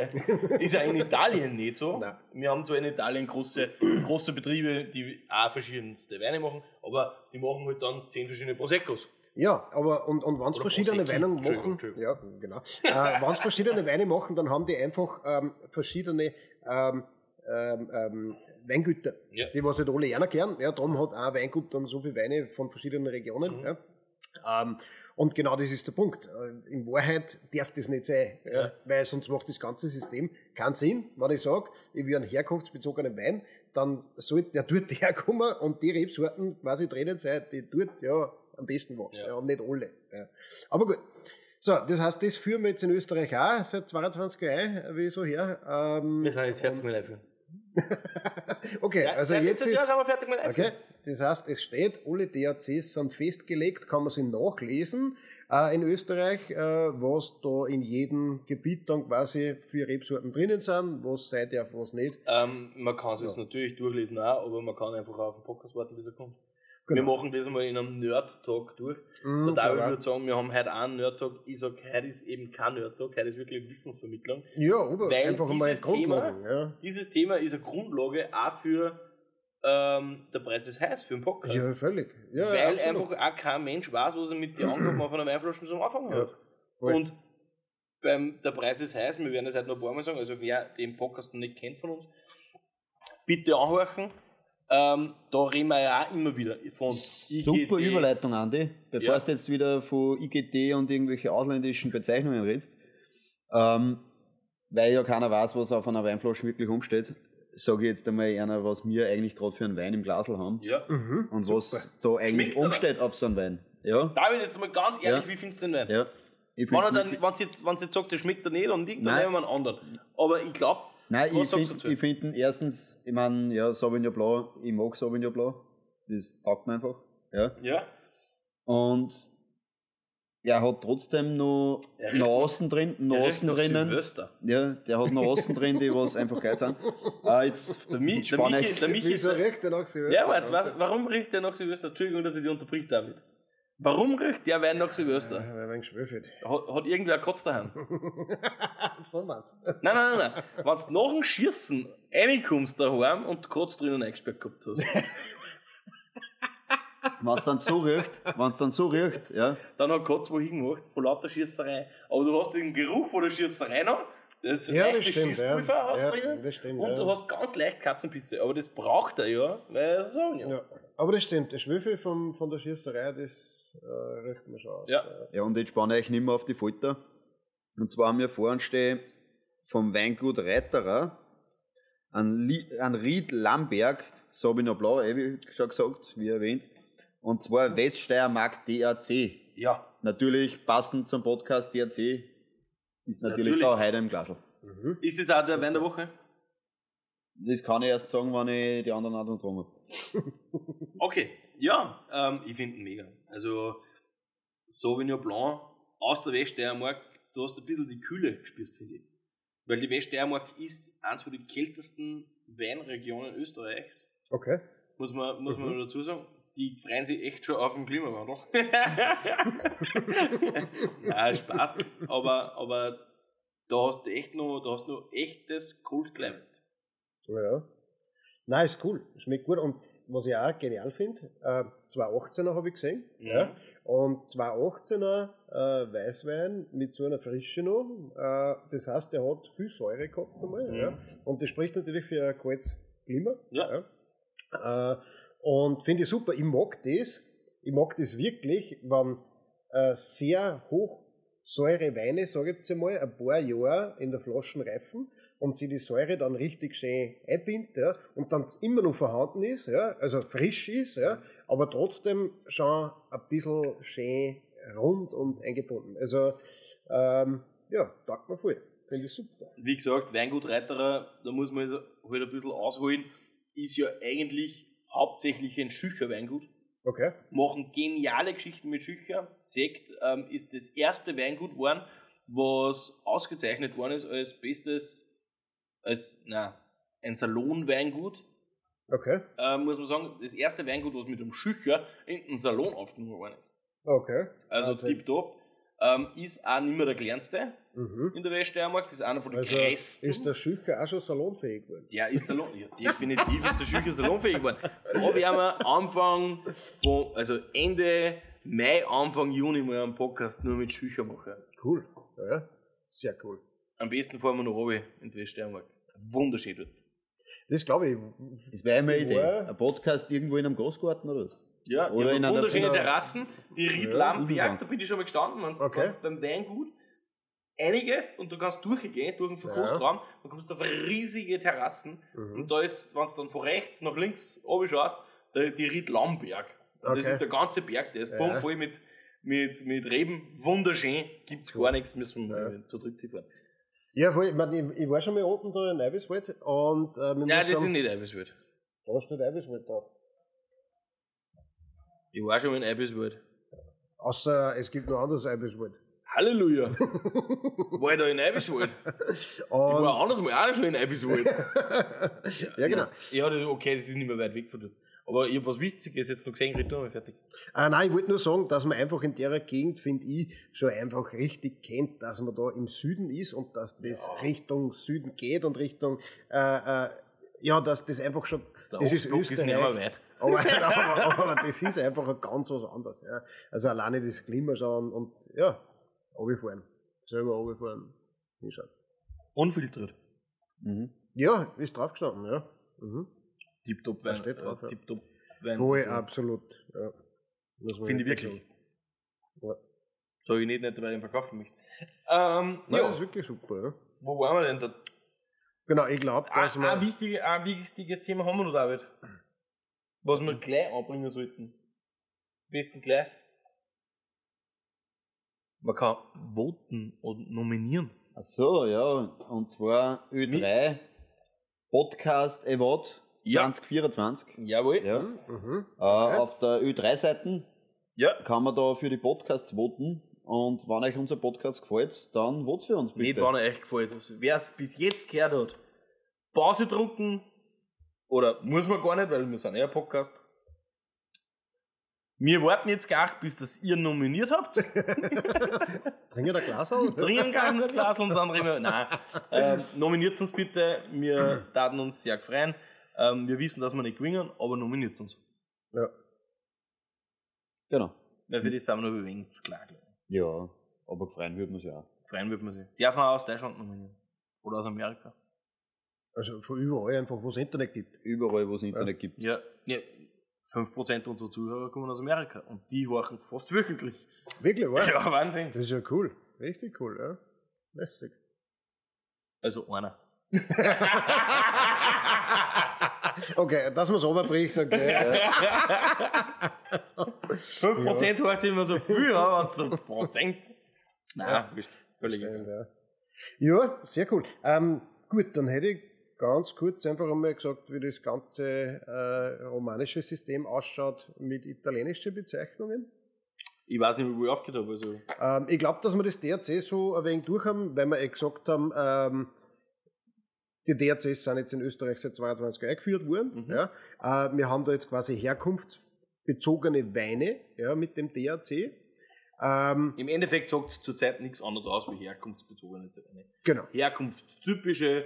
Ist ja in Italien nicht so.
Nein.
Wir haben zwar in Italien große, große Betriebe, die auch verschiedenste Weine machen, aber die machen halt dann zehn verschiedene Proseccos.
Ja, aber und, und wenn sie
Oder
verschiedene
Prosecchi.
Weine
Entschuldigung,
machen,
Entschuldigung.
ja, genau. äh, wenn sie verschiedene Weine machen, dann haben die einfach ähm, verschiedene ähm, ähm, ähm, Weingüter,
Ja.
die was halt alle einer gern. Ja, darum hat ein Weingut dann so viele Weine von verschiedenen Regionen.
Mhm.
Ja. Ähm, und genau das ist der Punkt. Äh, In Wahrheit darf das nicht sein, ja,
Ja.
weil sonst macht das ganze System keinen Sinn. Wenn ich sage, ich will einen herkunftsbezogenen Wein, dann sollte der dort herkommen und die Rebsorten quasi drinnen sein, die dort ja am besten wächst.
Ja.
Ja. Und nicht alle. Ja. Aber gut. So, das heißt, das führen wir jetzt in Österreich auch seit zweiundzwanzig Jahren, wie so her. Ähm,
Wir sind jetzt fertig mit Einführen.
okay,
Ja,
also
seit
jetzt
letztes Jahr
ist,
sind wir fertig mit Einführen.
okay, das heißt, es steht, alle D A Cs sind festgelegt, kann man sie nachlesen äh, in Österreich, äh, was da in jedem Gebiet dann quasi für Rebsorten drinnen sind, was sei darf, was nicht.
Ähm, man kann es jetzt
Ja.
natürlich durchlesen auch, aber man kann einfach auch auf den Podcast warten, bis er kommt.
Genau.
Wir machen das einmal in einem Nerd-Talk durch.
Mhm,
Da darf ich
klar.
würde sagen, wir haben heute auch einen Nerd-Talk. Ich sage, heute ist eben kein Nerd-Talk, heute ist wirklich Wissensvermittlung.
Ja, aber
Weil
einfach einmal
dieses
Grundlagen. Ja.
Dieses Thema ist eine Grundlage auch für ähm, der Preis ist heiß, für einen Podcast.
ja, völlig. Ja,
Weil
absolut.
einfach auch kein Mensch weiß, was er mit den Angaben auf einer Weinflasche zum Anfang hat.
voll.
Und beim Der Preis ist heiß, wir werden das heute noch ein paar Mal sagen, also wer den Podcast noch nicht kennt von uns, bitte anhorchen. Ähm, da reden wir ja auch immer wieder von I G T.
Super Überleitung, Andi. Bevor
Ja.
du jetzt wieder von I G T und irgendwelche ausländischen Bezeichnungen redest, ähm, weil ja keiner weiß, was auf einer Weinflasche wirklich umsteht, sage ich jetzt einmal einer, was wir eigentlich gerade für einen Wein im Glasl haben
Ja.
und
super.
was da eigentlich
Schmeckt er?
umsteht auf so einen Wein. Ja,
David, jetzt mal ganz ehrlich,
Ja.
wie findest du den Wein?
ja. Ich
Wenn er
find,
dann, wenn sie jetzt, wenn sie jetzt sagt, der schmeckt er nicht und nicht, dann
Nein.
nehmen wir einen anderen. Aber ich glaube,
Nein,
was
ich
sagst du
finde
dazu?
ich find ihn erstens, ich meine, ja, Sauvignon Blanc, ich mag Sauvignon Blanc, das taugt mir einfach. Ja.
Ja.
Und er hat trotzdem noch
Er riecht
Nuancen drin,
Er riecht
Nuancen
nach
drinnen.
Silvester.
Ja, der hat Nuancen drin, die was einfach geil sind. Äh, jetzt
Der, Mi der
spanne
Michi,
ich-
der Michi
Wieso riecht der nach Silvester?
Ja, warte, wa- warum riecht der nach Silvester? Entschuldigung, dass ich dich unterbricht, David. Warum riecht der Wein nach Silvester?
Ja, weil ein wenig geschwöfelt.
Hat, hat irgendwer gekotzt daheim?
So meinst du.
Nein, nein, nein, nein. Wenn du nach dem Schießen reinkommst daheim und Kotz drinnen eingesperrt gehabt hast,
wenn es dann so riecht, wenn es dann so riecht, ja,
dann hat Kotz wo hingemacht, von lauter Schießerei. Aber du hast den Geruch von der Schießerei noch, das
Ja, das
leichte
stimmt, ja.
Schießpulver
Ja,
ausdrehen
das stimmt,
und
ja.
du hast ganz leicht Katzenpisse. Aber das braucht er ja, weil so, ja.
Ja. Aber das stimmt, der Schwefel vom, von der Schießerei, das äh, riecht mir schon aus.
Ja.
ja, und jetzt spanne ich nicht mehr auf die Folter. Und zwar haben wir vorhin stehen vom Weingut Reiterer ein, Li ein Ried Lamberg, Sauvignon Blanc, eh, wie schon gesagt, wie erwähnt, und zwar Weststeiermark D A C.
Ja,
Natürlich passend zum Podcast D A C ist natürlich,
Natürlich.
da heute im Glasl.
ist das auch der Wein der Woche?
Das kann ich erst sagen, wenn ich die anderen auch noch getrunken habe.
Okay, ja, ähm, ich finde ihn mega. Also, Sauvignon Blanc aus der Weststeiermark, du hast ein bisschen die Kühle gespürt, finde ich. Weil die Weststeiermark ist eins von den kältesten Weinregionen Österreichs.
Okay.
Muss man, muss man
Mhm.
noch dazu sagen. Die freuen sich echt schon auf den Klimawandel. Nein, Spaß. Aber, aber da hast du echt noch, da hast du noch echtes Cold Climate.
Ja. Nein, ist cool. Schmeckt gut. Und was ich auch genial finde, äh, zweitausendachtzehner habe ich gesehen.
Mhm.
Ja. Und zweitausendachtzehner äh, Weißwein mit so einer Frische noch. Äh, das heißt, der hat viel Säure gehabt einmal.
Mhm.
Ja. Und das spricht natürlich für ein kaltes Klima.
Ja.
Ja. Äh, und finde ich super. Ich mag das. Ich mag das wirklich, wenn äh, sehr hoch Säure Weine, sage ich jetzt einmal, ein paar Jahre in der Flasche reifen und sie die Säure dann richtig schön einbindet, ja, und dann immer noch vorhanden ist, ja, also frisch ist, ja, aber trotzdem schon ein bisschen schön rund und eingebunden. Also, ähm, ja, taugt mir voll. Finde ich super.
Wie gesagt, Weingut Reiterer, da muss man halt ein bisschen ausholen, ist ja eigentlich hauptsächlich ein Schücher-Weingut.
Okay.
Machen geniale Geschichten mit Schücher. Sekt ähm, ist das erste Weingut geworden, was ausgezeichnet worden ist als bestes, als, na, ein Salon-Weingut.
Okay.
Äh, muss man sagen, das erste Weingut, was mit einem Schücher in den Salon aufgenommen worden ist.
Okay.
Also
Wahnsinn.
tipptopp. Ähm, ist auch nicht mehr der kleinste
Mhm.
in der Weststeiermark, ist einer von den
Also
größten.
ist der Schücher auch schon salonfähig geworden.
Der ist Salon, ja, definitiv ist der Schücher salonfähig geworden. Da werden wir Anfang von, also Ende Mai, Anfang Juni mal einen Podcast nur mit Schücher machen.
Cool. Ja, sehr cool.
Am besten fahren wir noch runter in die Weststeiermark. Wunderschön dort.
Das glaube ich.
Das wäre eine Idee.
Ja.
Ein Podcast irgendwo in einem Großgarten oder was?
Ja,
Oder
ja,
in einer-
wunderschöne
in einer-
Terrassen, die Riedlamberg, da bin ich schon mal gestanden, wenn du
Okay.
beim Weingut einiges und du kannst durchgehen, durch den Verkostraum, dann kommst du auf riesige Terrassen
Mhm.
und da ist, wenn du dann von rechts nach links oben schaust, da die Riedlamberg. Und das
Okay.
ist der ganze Berg, der ist
Ja.
bummvoll mit, mit, mit Reben, wunderschön, gibt's gar nichts, müssen wir
Ja.
zu dritt fahren.
Ja, voll. Ich, mein, ich, ich war schon mal unten da in Eibiswald und äh, wir
Nein,
müssen
das ist
sagen,
nicht Eibiswald.
da steht Eibiswald drauf.
Ich war schon mal in Eibiswald.
Außer es gibt noch anderes Eibiswald.
Halleluja! War ich da in Eibiswald? Ich
Und,
war anders mal auch schon in Eibiswald.
ja, genau.
Ja, das, okay, das ist nicht mehr weit weg von dort. Aber ich habe was Witziges jetzt noch gesehen, red du mal fertig.
Ah, nein, ich wollte nur sagen, dass man einfach in der Gegend, finde ich, schon einfach richtig kennt, dass man da im Süden ist und dass das
Ja.
Richtung Süden geht und Richtung, äh, äh, ja, dass das einfach schon,
Der
das ist
Ostblock ist nicht mehr
Österreich.
weit.
Aber, aber, aber das ist einfach ein ganz was anderes. Ja. Also alleine das Klima schauen und ja, runterfahren. Selber runterfahren. Hinschauen.
Unfiltriert.
Mhm.
Ja, ist draufgestanden, ja. Mhm.
Tipptopp Wein.
steht drauf, ja.
Tipptopp Wein.
Voll,
Also,
absolut. Ja.
Finde ich wirklich.
Ja.
Sag ich nicht, nicht, weil ich ihn verkaufen möchte. Ähm,
Nein,
ja.
das ist wirklich super. Ja.
Wo waren wir denn da?
Genau, ich glaube, dass
Ein,
wir.
ein, wichtige, ein wichtiges Thema haben wir noch, David. Was wir gleich anbringen sollten. Am besten gleich. Man kann voten und nominieren.
Ach so, ja. Und zwar Ö drei Podcast Award
Ja.
zwanzig vierundzwanzig.
Jawohl.
Ja.
Mhm.
Äh, auf der Ö drei Seiten
Ja.
kann man da für die Podcasts voten. Und wenn euch unser Podcast gefällt, dann votet für uns bitte.
Nicht, wenn er euch gefällt. Also, wer es bis jetzt gehört hat, Pause drucken. Oder muss man gar nicht, weil wir sind eher ein Podcast. Wir warten jetzt gar nicht, bis das ihr nominiert habt.
Trinken ein Glas an?
Trinken gar nicht nur ein Glas und dann reden wir. Nein. Ähm, nominiert uns bitte. Wir taten uns sehr freuen. Ähm, wir wissen, dass wir nicht gewinnen, aber nominiert uns.
Ja.
Genau.
Weil für das sind wir noch wenig zu klar. glaub ich.
Ja, aber gefreien würde man sich auch.
Freuen würde man sich. Darf man auch aus Deutschland nominieren. Oder aus Amerika.
Also von überall einfach, wo es Internet gibt.
Überall, wo es Internet gibt.
Ja, ja. fünf Prozent unserer Zuhörer kommen aus Amerika. Und die horchen fast wöchentlich.
Wirklich, wahr?
Ja, Wahnsinn.
Das ist ja cool. Richtig cool, ja. Lässig.
Also einer.
Okay, dass man es runterbricht, okay.
fünf Prozent hört sich immer so viel, aber wenn es so Prozent. Nein, ist völlig egal.
Ja. Ja, sehr cool. Ähm, gut, dann hätte ich ganz kurz einfach einmal gesagt, wie das ganze äh, romanische System ausschaut mit italienischen Bezeichnungen.
Ich weiß nicht, wo ich aufgehört habe. Also.
Ähm, ich glaube, dass wir das D R C so ein wenig durch haben, weil wir eh gesagt haben, ähm, die D R Cs sind jetzt in Österreich seit zweiundzwanzig eingeführt worden.
Mhm.
Ja. Äh, wir haben da jetzt quasi herkunftsbezogene Weine, ja, mit dem D R C. Ähm,
Im Endeffekt sagt es zurzeit nichts anderes aus wie herkunftsbezogene Weine.
genau.
Herkunftstypische,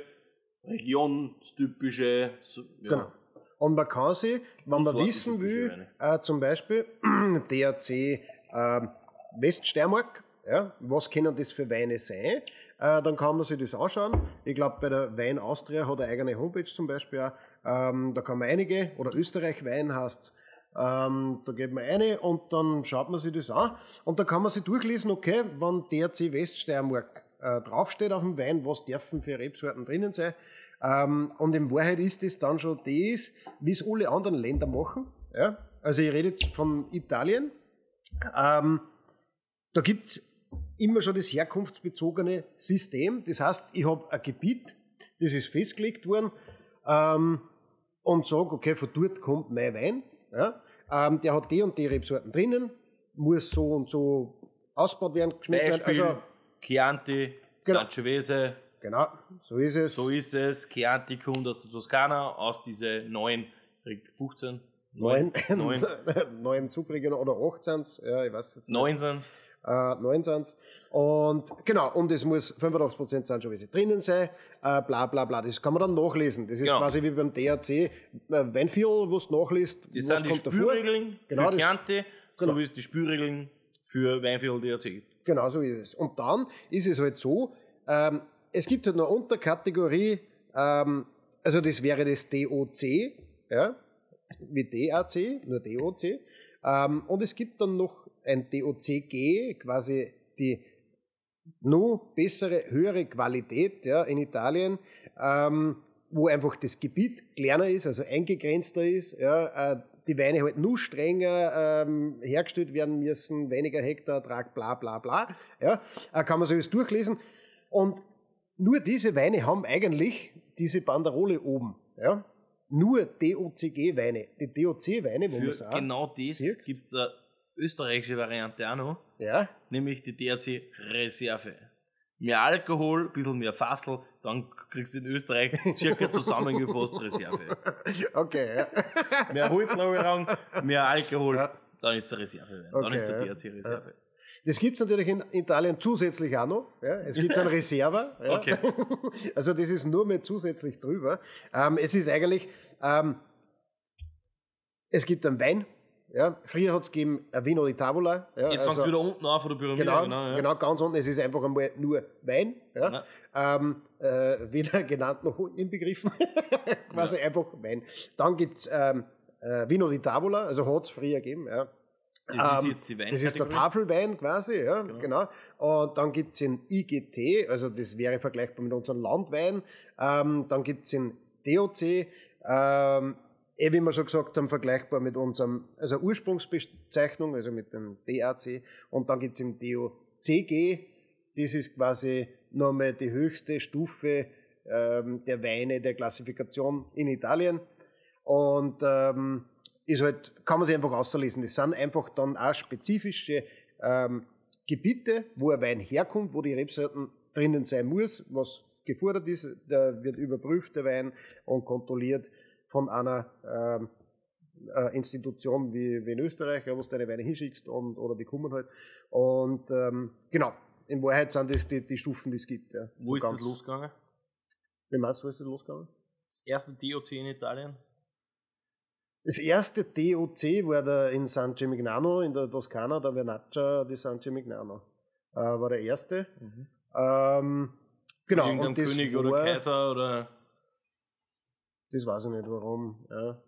regionstypische. So, ja.
Genau. Und man kann sich, wenn
Und
man
Sorten
wissen
typische
will,
Weine.
äh, zum Beispiel D R C äh, Weststeiermark, ja, was können das für Weine sein, äh, dann kann man sich das anschauen. Ich glaube, bei der Wein Austria hat eine eigene Homepage zum Beispiel auch. Ähm, da kann man einige, oder Österreich Wein heißt ähm, da geht man eine und dann schaut man sich das an und da kann man sich durchlesen, okay, wenn D R C Weststeiermark äh, draufsteht auf dem Wein, was dürfen für Rebsorten drinnen sein. Ähm, und in Wahrheit ist das dann schon das, wie es alle anderen Länder machen. Ja? Also ich rede jetzt von Italien. Ähm, da gibt es immer schon das herkunftsbezogene System. Das heißt, ich habe ein Gebiet, das ist festgelegt worden ähm, und sage, okay, von dort kommt mein Wein. Ja? Ähm, der hat die und die Rebsorten drinnen, muss so und so ausgebaut werden, geschmeckt werden.
Beispiel
Also,
Chianti,
Genau.
Sangiovese.
genau, so ist es.
So ist es. Chianti kommt aus der Toskana, aus diesen neun, fünfzehn,
Neun,
neun,
neun Subregionen oder achtzehn, ja, ich weiß jetzt nicht.
neun sind's.
Äh, neunzehn. Und genau, und es muss fünfundachtzig Prozent Sangiovese drinnen sein, äh, bla bla bla. Das kann man dann nachlesen. Das ist
Genau.
quasi wie beim D R C, äh, Weinviertel, wo du nachliest,
Das
was
sind die
kommt davor.
Spülregeln
Genau,
für
das-
Chianti,
genau.
so wie es die Spülregeln für Weinviertel D R C.
Genau, so ist es. Und dann ist es halt so, ähm, es gibt halt noch eine Unterkategorie, ähm, also das wäre das D O C, ja, wie D A C, nur D O C. Ähm, und es gibt dann noch ein D O C G, quasi die noch bessere, höhere Qualität, ja, in Italien, ähm, wo einfach das Gebiet kleiner ist, also eingegrenzter ist, ja, äh, die Weine halt nur strenger ähm, hergestellt werden müssen, weniger Hektarertrag, bla bla bla. Ja, äh, kann man sich das durchlesen. Und nur diese Weine haben eigentlich diese Banderole oben. Ja? Nur D O C G-Weine. Die D O C-Weine, wo man
Für
es auch
genau das
sieht.
gibt es eine österreichische Variante auch noch,
Ja,
nämlich die D R C Reserve. Mehr Alkohol, ein bisschen mehr Fassel, dann kriegst du in Österreich circa zusammengefasst Reserve.
okay. Ja.
Mehr Holzlagerung, mehr Alkohol,
Ja.
dann ist es eine Reserve. Dann
Okay,
ist der
ja.
D R C Reserve.
Das gibt es natürlich in Italien zusätzlich auch noch. Ja. Es gibt einen Reserva. Ja.
Okay.
Also das ist nur mehr zusätzlich drüber. Ähm, es ist eigentlich, ähm, es gibt einen Wein, Ja. Früher hat es gegeben ein Vino di Tavola. Ja,
Jetzt
also,
fängt wieder unten an von der Pyramide.
Genau,
genau, ja.
genau, ganz unten. Es ist einfach einmal nur Wein. Ja.
Ja.
Ähm, äh, weder genannt noch unten inbegriffen. Quasi ja. einfach Wein. Dann gibt es ähm, äh, Vino di Tavola, also hat es früher gegeben. Ja.
Das ist
Ähm,
jetzt die Wein.
Das ist der Tafelwein quasi, ja, genau. genau. Und dann gibt es den I G T, also das wäre vergleichbar mit unserem Landwein. Ähm, dann gibt es den D O C, ähm, eh, wie wir schon gesagt haben, vergleichbar mit unserem, also Ursprungsbezeichnung, also mit dem D A C. Und dann gibt es den D O C G, das ist quasi nochmal die höchste Stufe ähm, der Weine der Klassifikation in Italien. Und ähm, ist halt, kann man sich einfach auslesen. Das sind einfach dann auch spezifische ähm, Gebiete, wo ein Wein herkommt, wo die Rebsorten drinnen sein muss, was gefordert ist. Da wird überprüft, der Wein, und kontrolliert von einer ähm, äh, Institution wie, wie in Österreich, ja, wo du deine Weine hinschickst und, oder die kommen halt. Und ähm, genau, in Wahrheit sind das die, die Stufen, die es gibt. Ja.
Wo
so
ist das losgegangen?
Wie meinst du, wo ist das losgegangen?
Das erste D O C in Italien?
Das erste D O C war da in San Gimignano, in der Toskana, der Vernaccia di San Gimignano. Äh, war der erste. Mhm. Ähm, genau.
Und das König war, oder Kaiser oder.
Das weiß ich nicht warum. Ja.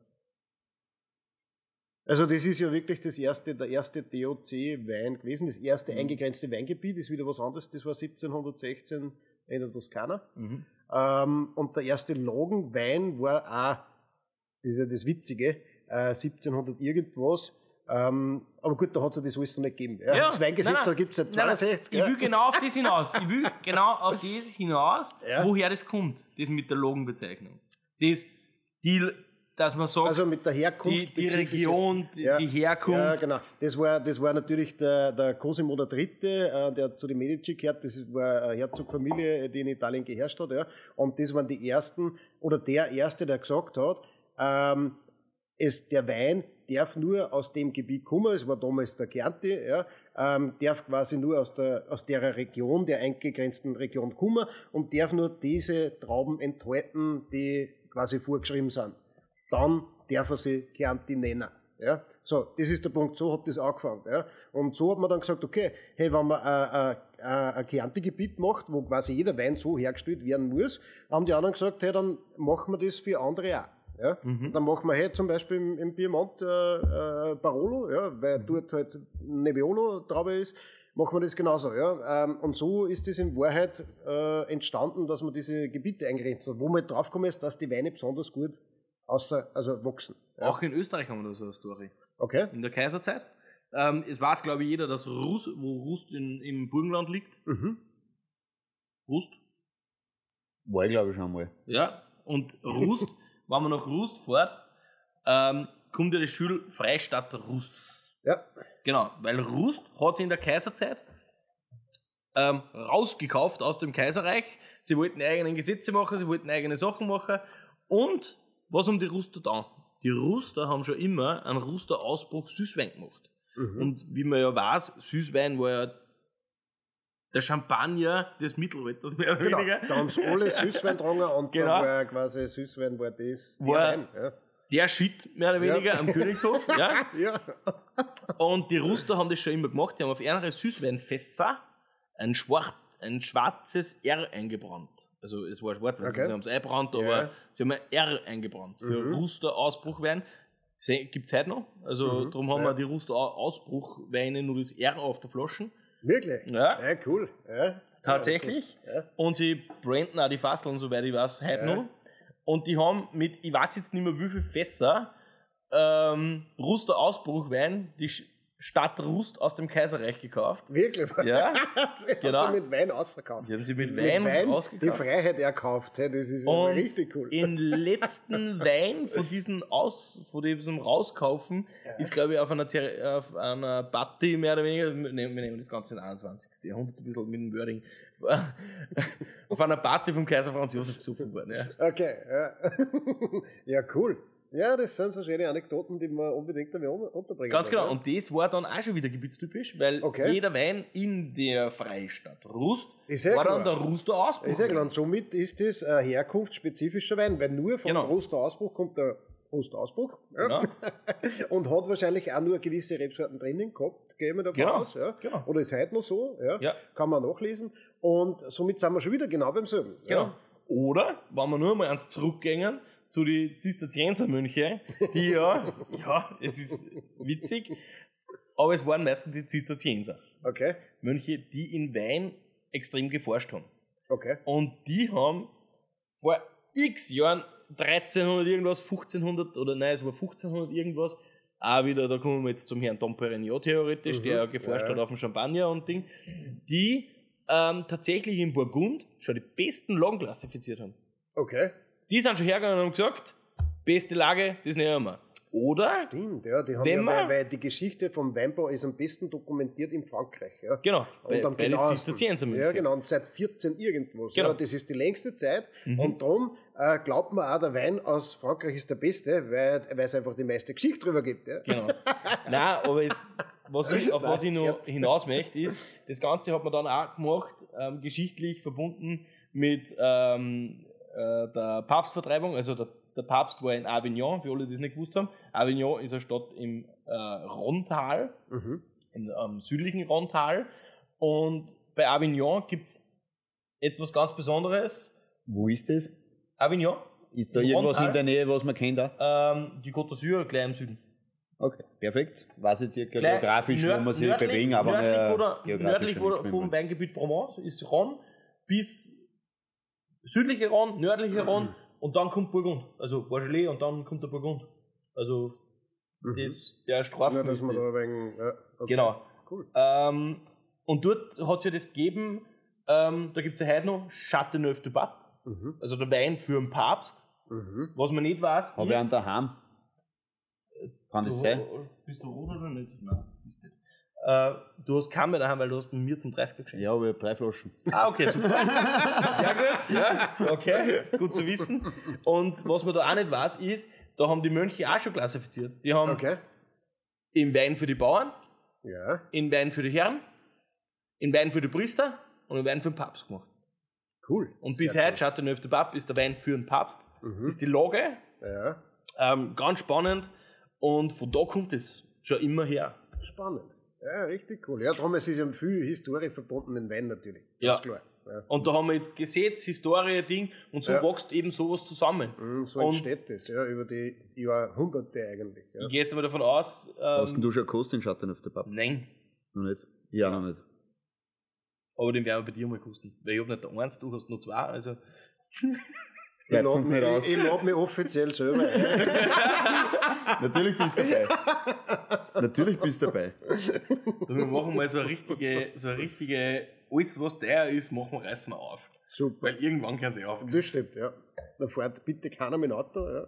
Also das ist ja wirklich das erste, der erste D O C-Wein gewesen. Das erste mhm. eingegrenzte Weingebiet ist wieder was anderes. Das war siebzehnhundertsechzehn in der Toskana. Mhm. Ähm, und der erste Lagenwein war auch, das ist ja das Witzige, äh, siebzehnhundert irgendwas. Ähm, aber gut, da hat es ja das alles noch nicht gegeben. Ja,
ja,
das Weingesetz gibt es seit zweiundsechzig.
Ich will genau auf das hinaus. Ich will genau auf das hinaus,
ja.
woher das kommt, das mit der Lagenbezeichnung. Das, die, dass man sagt,
also mit der Herkunft,
die, die Region, die, ja, die Herkunft.
Ja, genau. Das war, das war natürlich der, der Cosimo der Dritte, äh, der zu den Medici gehört. Das war eine Herzogfamilie, die in Italien geherrscht hat. Ja. Und das waren die ersten, oder der Erste, der gesagt hat, ähm, es, der Wein darf nur aus dem Gebiet kommen, es war damals der Chianti, ja, ähm, darf quasi nur aus der, aus der Region, der eingegrenzten Region kommen und darf nur diese Trauben enthalten, die quasi vorgeschrieben sind. Dann darf er sie Chianti nennen. Ja. So, das ist der Punkt, so hat das angefangen. Ja. Und so hat man dann gesagt, okay, hey, wenn man ein, ein, ein Chianti-Gebiet macht, wo quasi jeder Wein so hergestellt werden muss, haben die anderen gesagt, hey, dann machen wir das für andere auch. Ja? Mhm. Dann machen wir halt zum Beispiel im, im Piemont äh, äh, Barolo, ja, weil mhm. dort halt Nebbiolo-Traube ist, machen wir das genauso. Ja? Ähm, und so ist es in Wahrheit äh, entstanden, dass man diese Gebiete eingrenzt hat, wo man draufgekommen ist, dass die Weine besonders gut außer, also wachsen. Ja?
Auch in Österreich haben wir da so eine Story.
Okay.
In der Kaiserzeit. Ähm, es weiß, glaube ich, jeder, dass Rust, wo Rust in, im Burgenland liegt. Mhm. Rust?
War ich, glaube ich, schon mal.
Ja, und Rust, wenn man nach Rust fährt, ähm, kommt ja das Schild Freistadt Rust.
Ja.
Genau, weil Rust hat sie in der Kaiserzeit ähm, rausgekauft aus dem Kaiserreich. Sie wollten eigene Gesetze machen, sie wollten eigene Sachen machen. Und was haben die Ruster da? Die Ruster haben schon immer einen Rusterausbruch Süßwein gemacht. Mhm. Und wie man ja weiß, Süßwein war ja der Champagner des Mittelalters, mehr oder
genau,
weniger.
Da haben sie alle Süßwein getrunken und
genau.
da war quasi Süßwein war das der
war
Wein. Ja.
Der Shit, mehr oder weniger,
ja.
am Königshof. Ja.
ja.
Und die Ruster haben das schon immer gemacht. Die haben auf ihre Süßweinfässer ein, Schwar- ein schwarzes R eingebrannt. Also es war schwarz, weil
okay.
sie haben es eingebrannt, aber ja. sie haben ein R eingebrannt. Für mhm. Ruster-Ausbruchwein gibt es heute noch. Also
mhm.
darum haben
ja.
wir die Ruster-Ausbruchweine nur das R auf der Flasche.
Wirklich?
Ja.
Ja, cool. Ja.
Tatsächlich.
Ja.
Und sie branden auch die Fasseln, soweit ich weiß, heute ja. noch. Und die haben mit, ich weiß jetzt nicht mehr wie viel Fässer, ähm, Ruster-Ausbruchwein, die Stadt Rust aus dem Kaiserreich gekauft.
Wirklich?
Ja.
sie
genau.
haben sie mit Wein ausgekauft.
Sie haben sie mit,
mit
Wein,
Wein
ausgekauft.
Die Freiheit erkauft. Das ist
und
richtig cool.
Den letzten Wein von diesem, Aus, von diesem Rauskaufen ja. ist, glaube ich, auf einer, auf einer Party mehr oder weniger, wir nehmen, wir nehmen das Ganze im einundzwanzigsten Jahrhundert ein bisschen mit dem Wording, auf einer Party vom Kaiser Franz Josef besuchen worden. Ja.
Okay, ja. ja, cool. Ja, das sind so schöne Anekdoten, die man unbedingt damit unterbringen
Ganz
kann,
genau,
ja.
und das war dann auch schon wieder gebietstypisch, weil
okay.
jeder Wein in der Freistadt Rust
ist ja
war
klar.
dann der Ruster-Ausbruch.
Ist ja klar, und somit ist das ein herkunftsspezifischer Wein, weil nur vom
genau.
Ruster-Ausbruch kommt der Postausbruch. Ja.
Genau.
Und hat wahrscheinlich auch nur gewisse Rebsorten drinnen gehabt, gehen wir davon
Genau,
aus. Ja.
genau.
Oder ist heute noch so, ja.
Ja.
Kann man nachlesen. Und somit sind wir schon wieder genau beim selben.
Genau.
Ja.
Oder, wenn wir nur mal eins zurückgehen, zu den Zisterziensermönche, die ja, ja, es ist witzig, aber es waren meistens die Zisterzienser.
Okay,
Mönche, die in Wein extrem geforscht haben.
okay.
Und die haben vor x Jahren, dreizehnhundert irgendwas, fünfzehnhundert oder nein, es war fünfzehnhundert irgendwas, auch wieder, da kommen wir jetzt zum Herrn Dom Perignon theoretisch,
Mhm,
der ja geforscht
ja.
hat auf dem Champagner und Ding, die ähm, tatsächlich in Burgund schon die besten Lagen klassifiziert haben.
Okay.
Die sind schon hergegangen und haben gesagt, beste Lage, das nehmen wir. Oder,
Stimmt, ja, die haben
Wenn
ja,
man-
weil, weil die Geschichte vom Weinbau ist am besten dokumentiert in Frankreich. Ja.
genau, bei,
Und am
bei den
genauesten.
Zisterziensermönchen.
Ja, genau, und seit vierzehn irgendwas.
Genau.
Ja, das ist die längste Zeit.
Mhm.
Und darum äh, glaubt man auch, der Wein aus Frankreich ist der beste, weil, weil es einfach die meiste Geschichte drüber gibt. Ja.
Genau. Nein, aber es, was ich, auf
Nein,
was ich noch
Scherz.
hinaus möchte, ist, das Ganze hat man dann auch gemacht, ähm, geschichtlich verbunden mit ähm, äh, der Papstvertreibung. Also der, der Papst war in Avignon, für alle, die es nicht gewusst haben. Avignon ist eine Stadt im äh, Rhontal,
Mhm.
im ähm, südlichen Rhontal. Und bei Avignon gibt es etwas ganz Besonderes.
Wo ist das?
Avignon,
Ist da
Im
irgendwas
Rhontal?
in der Nähe, was man kennt? Auch?
ähm, die Côte d'Azur, gleich im Süden.
Okay, perfekt. Weiß ich circa
Gleich
geografisch, wo
nörd-
man sich
nördlich-
bewegen, aber
nördlich,
mehr
wo der,
geografisch
nördlich wo,
nicht
der- vom
schwimmen.
Weingebiet Provence ist Rhône bis südliche Rhône, nördliche Rhône und dann kommt Burgund. Also Beaujolais und dann kommt der Burgund. Also das, der Streifen
Ja, dass
ist
man
das.
da wegen, ja, okay.
Genau.
Cool.
Ähm, und dort hat es ja das gegeben, ähm, da gibt es ja heute noch Châteauneuf du Pape,
Mhm.
also der Wein für den Papst.
Mhm.
Was man nicht weiß,
Habe ich einen
ist...
daheim? Kann das sein?
Bist du rot oder nicht? Nein, bist nicht. Äh, du hast keinen mehr daheim, weil du hast mir zum dreißiger geschenkt.
Ja, aber ich habe drei Flaschen.
Ah, okay, super. Sehr gut, ja, okay, gut zu wissen. Und was man da auch nicht weiß, ist, da haben die Mönche auch schon klassifiziert. Die haben
Okay.
in Wein für die Bauern,
Ja,
in Wein für die Herren, in Wein für die Priester und in Wein für den Papst gemacht.
cool.
Und bis
Sehr
heute, Châteauneuf du Pape ist der Wein für den Papst,
Mhm.
ist die Lage,
cool. Ja,
ähm, ganz spannend. Und von da kommt es schon immer her.
spannend. Ja, richtig cool. Ja, darum es ist ja viel Historie verbunden mit Wein natürlich.
Ja.
Ganz klar. Ja.
Und da haben wir jetzt Gesetz, Historie, Ding, und so
Ja.
wächst eben sowas zusammen.
Mhm, So
Und-
entsteht das, ja, über die Jahrhunderte eigentlich. Ja.
Ich gehe jetzt aber davon aus,
Hast denn
ähm,
du schon gekostet in Schatten auf der Pappe?
nein,
Noch nicht? Ja, noch nicht.
aber den werden wir bei dir mal kosten. Weil ich habe nicht eins, du hast nur zwei, also.
Ich
Bleibt
lade
uns nicht
mich,
aus.
ich, ich lade mich offiziell selber ein.
Natürlich bist du dabei. Natürlich bist du dabei.
Wir machen mal so eine richtige, so eine richtige, alles was der ist, machen wir, reißen wir auf.
Super.
Weil irgendwann kann sie auf.
Das stimmt, ja. Da fährt bitte keiner mit dem Auto. Ja,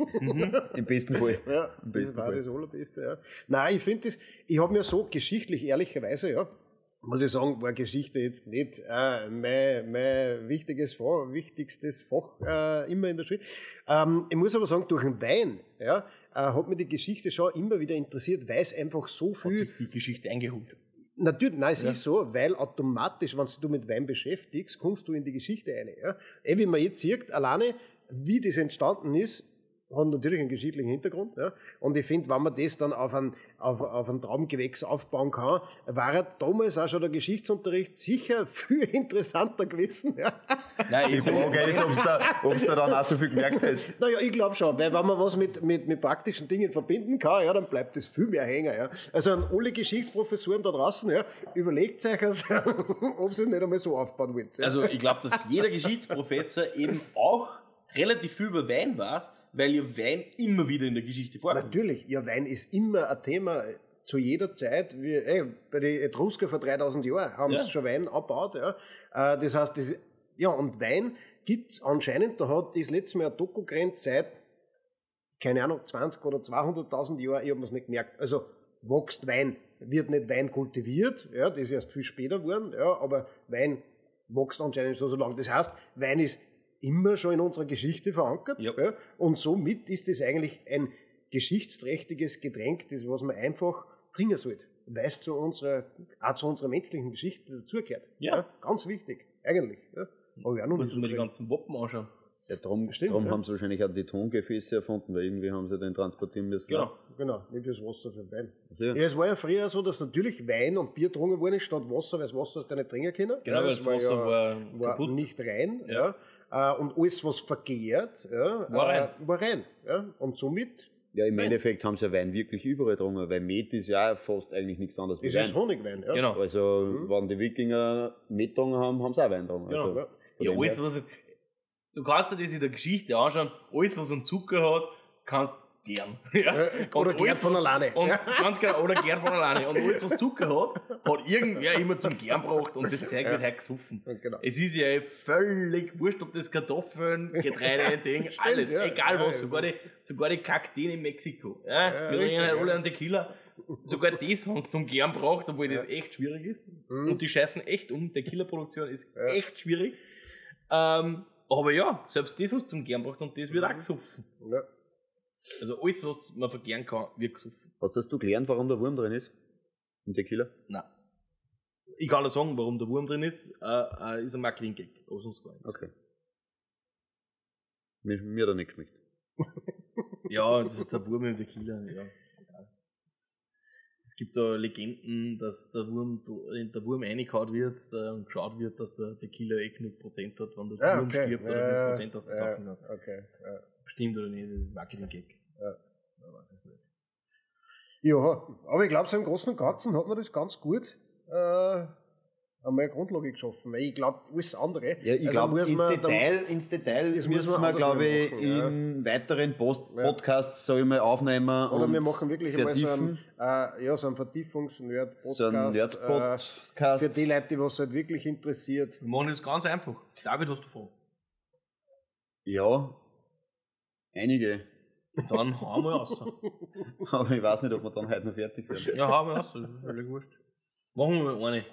Im besten Fall.
ja
Im
das
besten
war
Fall.
das Allerbeste. Ja. Nein, ich finde das, ich habe mir so geschichtlich, ehrlicherweise, ja, muss ich sagen, war Geschichte jetzt nicht äh, mein, mein wichtiges Fach, wichtigstes Fach äh, immer in der Schule. Ähm, ich muss aber sagen, durch den Wein ja, äh, hat mich die Geschichte schon immer wieder interessiert, weil es einfach so viel...
Die Geschichte eingeholt.
Natürlich, nein, es ist so, weil automatisch, wenn du dich mit Wein beschäftigst, kommst du in die Geschichte rein. Ja? Eh, wie man jetzt sieht, alleine, wie das entstanden ist, hat natürlich einen geschichtlichen Hintergrund. Ja? Und ich finde, wenn man das dann auf ein, auf, auf ein Traumgewächs aufbauen kann, war damals auch schon der Geschichtsunterricht sicher viel interessanter gewesen. Ja?
Nein,
Die Frage ist, ob du da, ob's da dann auch so viel gemerkt hast.
Naja, ich glaube schon, weil wenn man was mit, mit, mit praktischen Dingen verbinden kann, ja, dann bleibt das viel mehr hängen. Ja. Also an alle Geschichtsprofessoren da draußen, ja, überlegt euch, also, ob sie nicht einmal so aufbauen wollt. Ja.
Also ich glaube, dass jeder Geschichtsprofessor eben auch relativ viel über Wein weiß, weil ja Wein immer wieder in der Geschichte vorkommt.
Natürlich, ja, Wein ist immer ein Thema zu jeder Zeit. Wie, ey, bei den Etrusker vor dreitausend Jahren haben
Ja.
sie schon Wein abgebaut. Ja. Äh, Das heißt, das, ja, und Wein gibt's anscheinend, da hat das letzte Mal ein Doku gerannt seit, keine Ahnung, zwanzig oder zweihunderttausend Jahren, ich habe mir's nicht gemerkt. Also wächst Wein, wird nicht Wein kultiviert, ja, das ist erst viel später geworden, ja, aber Wein wächst anscheinend so, so lange. Das heißt, Wein ist immer schon in unserer Geschichte verankert.
Ja.
Ja, und somit ist es eigentlich ein geschichtsträchtiges Getränk, das was man einfach trinken sollte, weil es zu unserer, auch zu unserer menschlichen Geschichte dazugehört.
Ja.
Ganz wichtig, eigentlich. Ja. Aber ja, noch
Musst
nicht
du mir die
so
ganzen Wappen anschauen.
Ja, darum,
Stimmt,
darum
ja.
haben sie wahrscheinlich auch die Tongefäße erfunden, weil irgendwie haben sie den transportieren müssen.
Genau.
Genau, nicht fürs Wasser, für den Wein.
Ja.
Ja, es war ja früher so, dass natürlich Wein und Bier getrunken worden ist statt Wasser, weil das Wasser hast du nicht trinken können.
Genau,
ja,
weil
es
das Wasser war,
war
kaputt.
nicht rein.
Ja.
Ja. Äh, und alles, was vergehrt, ja,
War
äh,
rein.
war rein. Ja. Und somit
Ja, im Endeffekt haben sie ja Wein wirklich überall getrunken, weil Met ist ja auch fast eigentlich nichts anderes wie
ist es
Wein.
Honigwein. Ja.
Genau.
Also, wenn die Wikinger Met getrunken haben, haben sie auch Wein getrunken.
Genau.
Also,
Ja.
von
Ja,
dem
alles,
her-
was. Du kannst dir das in der Geschichte anschauen, alles, was einen Zucker hat, kannst gern. Ja.
Oder
Und
gärt
alles,
von
was-
alleine.
Und ganz genau, oder gern von alleine. Und alles, was Zucker hat, hat irgendwer immer zum Gern gebracht und das Zeug wird halt gesoffen.
Ja, genau.
Es ist ja völlig wurscht, ob das Kartoffeln, Getreide, Ding, alles,
ja.
egal
Ja,
was,
es
sogar die,
ist-
sogar die Kakteen in Mexiko. Ja,
Ja,
wir
richtig,
trinken halt
ja.
alle einen Tequila. Sogar das haben sie zum Gern gebracht, obwohl das echt schwierig ist. Und die scheißen echt um. Tequila-Produktion ist
Ja.
echt schwierig. Ähm, aber ja, selbst das hast du zum Gern gebracht und das wird auch gesoffen.
Ja.
Also alles, was man vergären kann, wird gesoffen.
Hast du gelernt, warum der Wurm drin ist? Im Tequila?
Nein. Ich kann dir sagen, warum der Wurm drin ist. Äh, äh, ist ein Marketing-Gag. Aber sonst gar nicht.
Okay. Mir, mir hat er nicht geschmeckt.
Ja, das ist der Wurm im Tequila. Ja. Ja. Es, es gibt da Legenden, dass der Wurm, der Wurm reingehauen wird da, und geschaut wird, dass der Tequila eh genug Prozent hat, wenn der
Ja,
Wurm
okay.
stirbt oder
Ja,
genug Prozent, dass du
ja,
saufen kannst.
Okay. Ja.
Stimmt oder nicht, das ist Marketing-Gag.
Ja, aber ich glaube, so im Großen und Ganzen hat man das ganz gut äh, einmal eine Grundlage geschaffen. Weil ich glaube, alles andere.
Ja, ich
also
glaube,
muss
ins,
man dann-
Detail, ins Detail
das muss
müssen
man
wir,
anders
glaube ich,
machen, ja.
in weiteren Post
Ja.
Podcasts, sag ich mal, aufnehmen
Oder
und
wir machen wirklich einmal so einen,
vertiefen.
äh, ja, so einen Vertiefungs-Nerd-Podcast.
So ein
äh,
Nerd-Podcast.
für die Leute, die was halt wirklich interessiert.
Wir machen das ganz einfach. David, hast du vor?
Ja, einige.
Dann hauen wir raus.
Aber ich weiß nicht, ob wir dann heute noch fertig werden.
Ja, hauen wir raus, das ist völlig wurscht. Machen wir mal eine.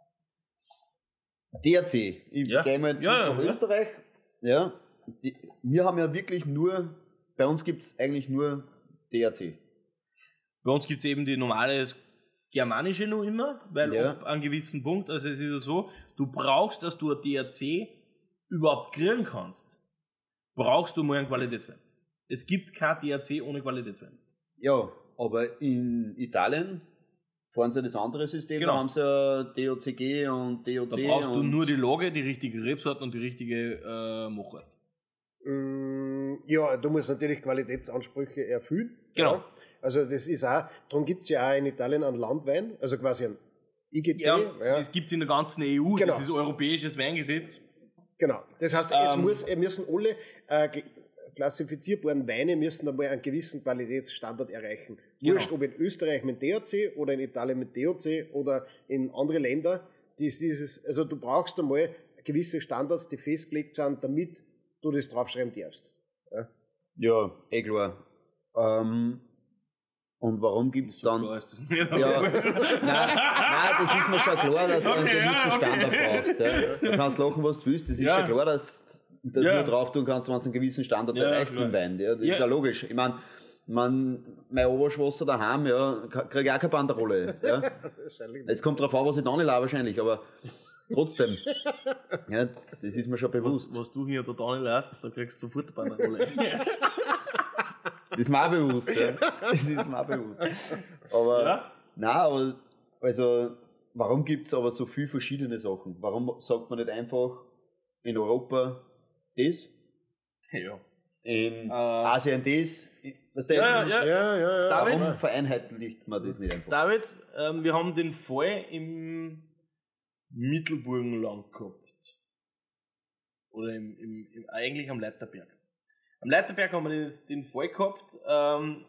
D R C. Ich
Ja.
gehe mal
Ja, ja,
nach
ja.
Österreich. Ja. Die, wir haben ja wirklich nur, bei uns gibt es eigentlich nur D R C.
Bei uns gibt es eben die normale germanische noch immer, weil
Ja.
ab einem gewissen Punkt, also es ist ja so, du brauchst, dass du ein D R C überhaupt kriegen kannst, brauchst du mal einen Qualitätswein. Es gibt kein D R C ohne Qualitätswein.
Ja, aber in Italien fahren sie das andere System,
Genau.
da haben sie ja D O C G und D O
Da
C.
brauchst du
und
nur die Lage, die richtige Rebsorten und die richtige äh, Machart.
Mm, ja, du musst natürlich Qualitätsansprüche erfüllen.
Genau.
Ja. Also das ist auch, darum gibt es ja auch in Italien einen Landwein, also quasi ein I G T.
Ja,
ja.
das gibt es in der ganzen E U,
Genau.
das ist europäisches Weingesetz.
Genau. Das heißt, es
Ähm,
muss, es müssen alle äh, kl- klassifizierbaren Weine müssen einmal einen gewissen Qualitätsstandard erreichen.
Genau.
Wurscht, ob in Österreich mit D A C oder in Italien mit D O C oder in andere Länder. Dies, dieses, also du brauchst einmal gewisse Standards, die festgelegt sind, damit du das draufschreiben darfst.
Ja, eh klar. Ähm, und warum gibt es dann.
Klar ist das nicht.
Ja, nein, nein, das ist mir schon klar, dass du einen
Okay, ja,
gewissen
okay.
Standard brauchst. Ja. Du kannst lachen, was du willst, das ist
Ja.
schon klar, dass du
Ja.
nur drauf tun kannst, wenn du einen gewissen Standard
Ja,
erreichst
klar.
im Wein. Ja, das
Ja.
ist ja logisch. Ich meine, man, meine Oberschwester daheim, ja, kriege ich auch keine Banderole. Ja.
Wahrscheinlich nicht.
Es kommt darauf an, was ich da nicht labe wahrscheinlich, aber trotzdem. Ja, das ist mir schon bewusst.
Was, was du hier da dran lässt, da kriegst du sofort eine Banderole.
Das ist mir auch bewusst. Ja. Das ist mir auch bewusst. Aber,
Ja?
nein, aber, also, warum gibt es aber so viele verschiedene Sachen? Warum sagt man nicht einfach in Europa das,
Ja.
in
Äh.
Asien das? Weißt du,
Ja, ja, ja.
Ja, ja, ja.
David?
Warum vereinheitlicht man das nicht einfach?
David, ähm, wir haben den Fall im Mittelburgenland gehabt. Oder im, im, im, eigentlich am Leiterberg. Am Leiterberg haben wir den, den Fall gehabt, ähm,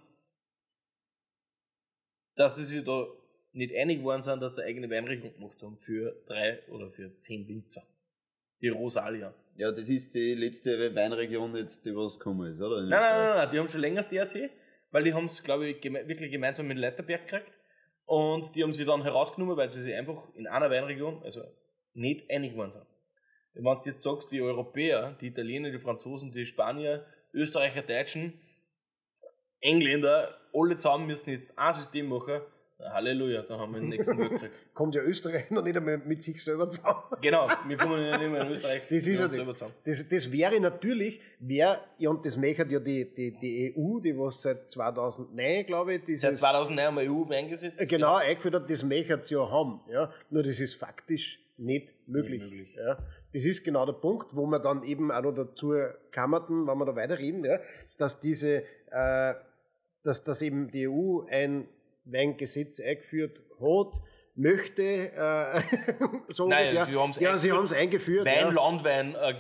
dass sie sich da nicht einig geworden sind, dass sie eine eigene Weinregion gemacht haben für drei oder für zehn Winzer. Die Rosalia.
Ja, das ist die letzte Weinregion jetzt, die was gekommen ist, oder? In
Nein, nein,
Österreich.
nein, nein, die haben schon länger das D R C, weil die haben es, glaube ich, geme wirklich gemeinsam mit Leiterberg gekriegt. Und die haben sie dann herausgenommen, weil sie sich einfach in einer Weinregion, also nicht einig geworden sind. Wenn du jetzt sagst, die Europäer, die Italiener, die Franzosen, die Spanier, Österreicher, Deutschen, Engländer, alle zusammen müssen jetzt ein System machen, Halleluja, da haben wir den nächsten Weltkrieg.
Kommt ja Österreich noch nicht einmal mit sich selber zusammen.
Genau, wir kommen ja nicht mehr in Österreich.
Das ist ja das. das. Das wäre natürlich, wäre, ja, und das möchte ja die, die, die E U, die was seit zweitausendneun, glaube ich, dieses,
seit zweitausendneun haben wir E U eingesetzt.
Genau, eingeführt hat, das möchte sie ja haben. Ja. Nur das ist faktisch nicht möglich.
Nicht möglich.
Ja. Das ist genau der Punkt, wo wir dann eben auch noch dazu kammerten, wenn wir da weiterreden, ja, dass diese, äh, dass, dass eben die E U ein Weingesetz eingeführt hat, möchte, äh, so
Nein,
ungefähr.
sie haben es
ja, sie haben es eingeführt.
Wein,
ja.
Landwein, äh,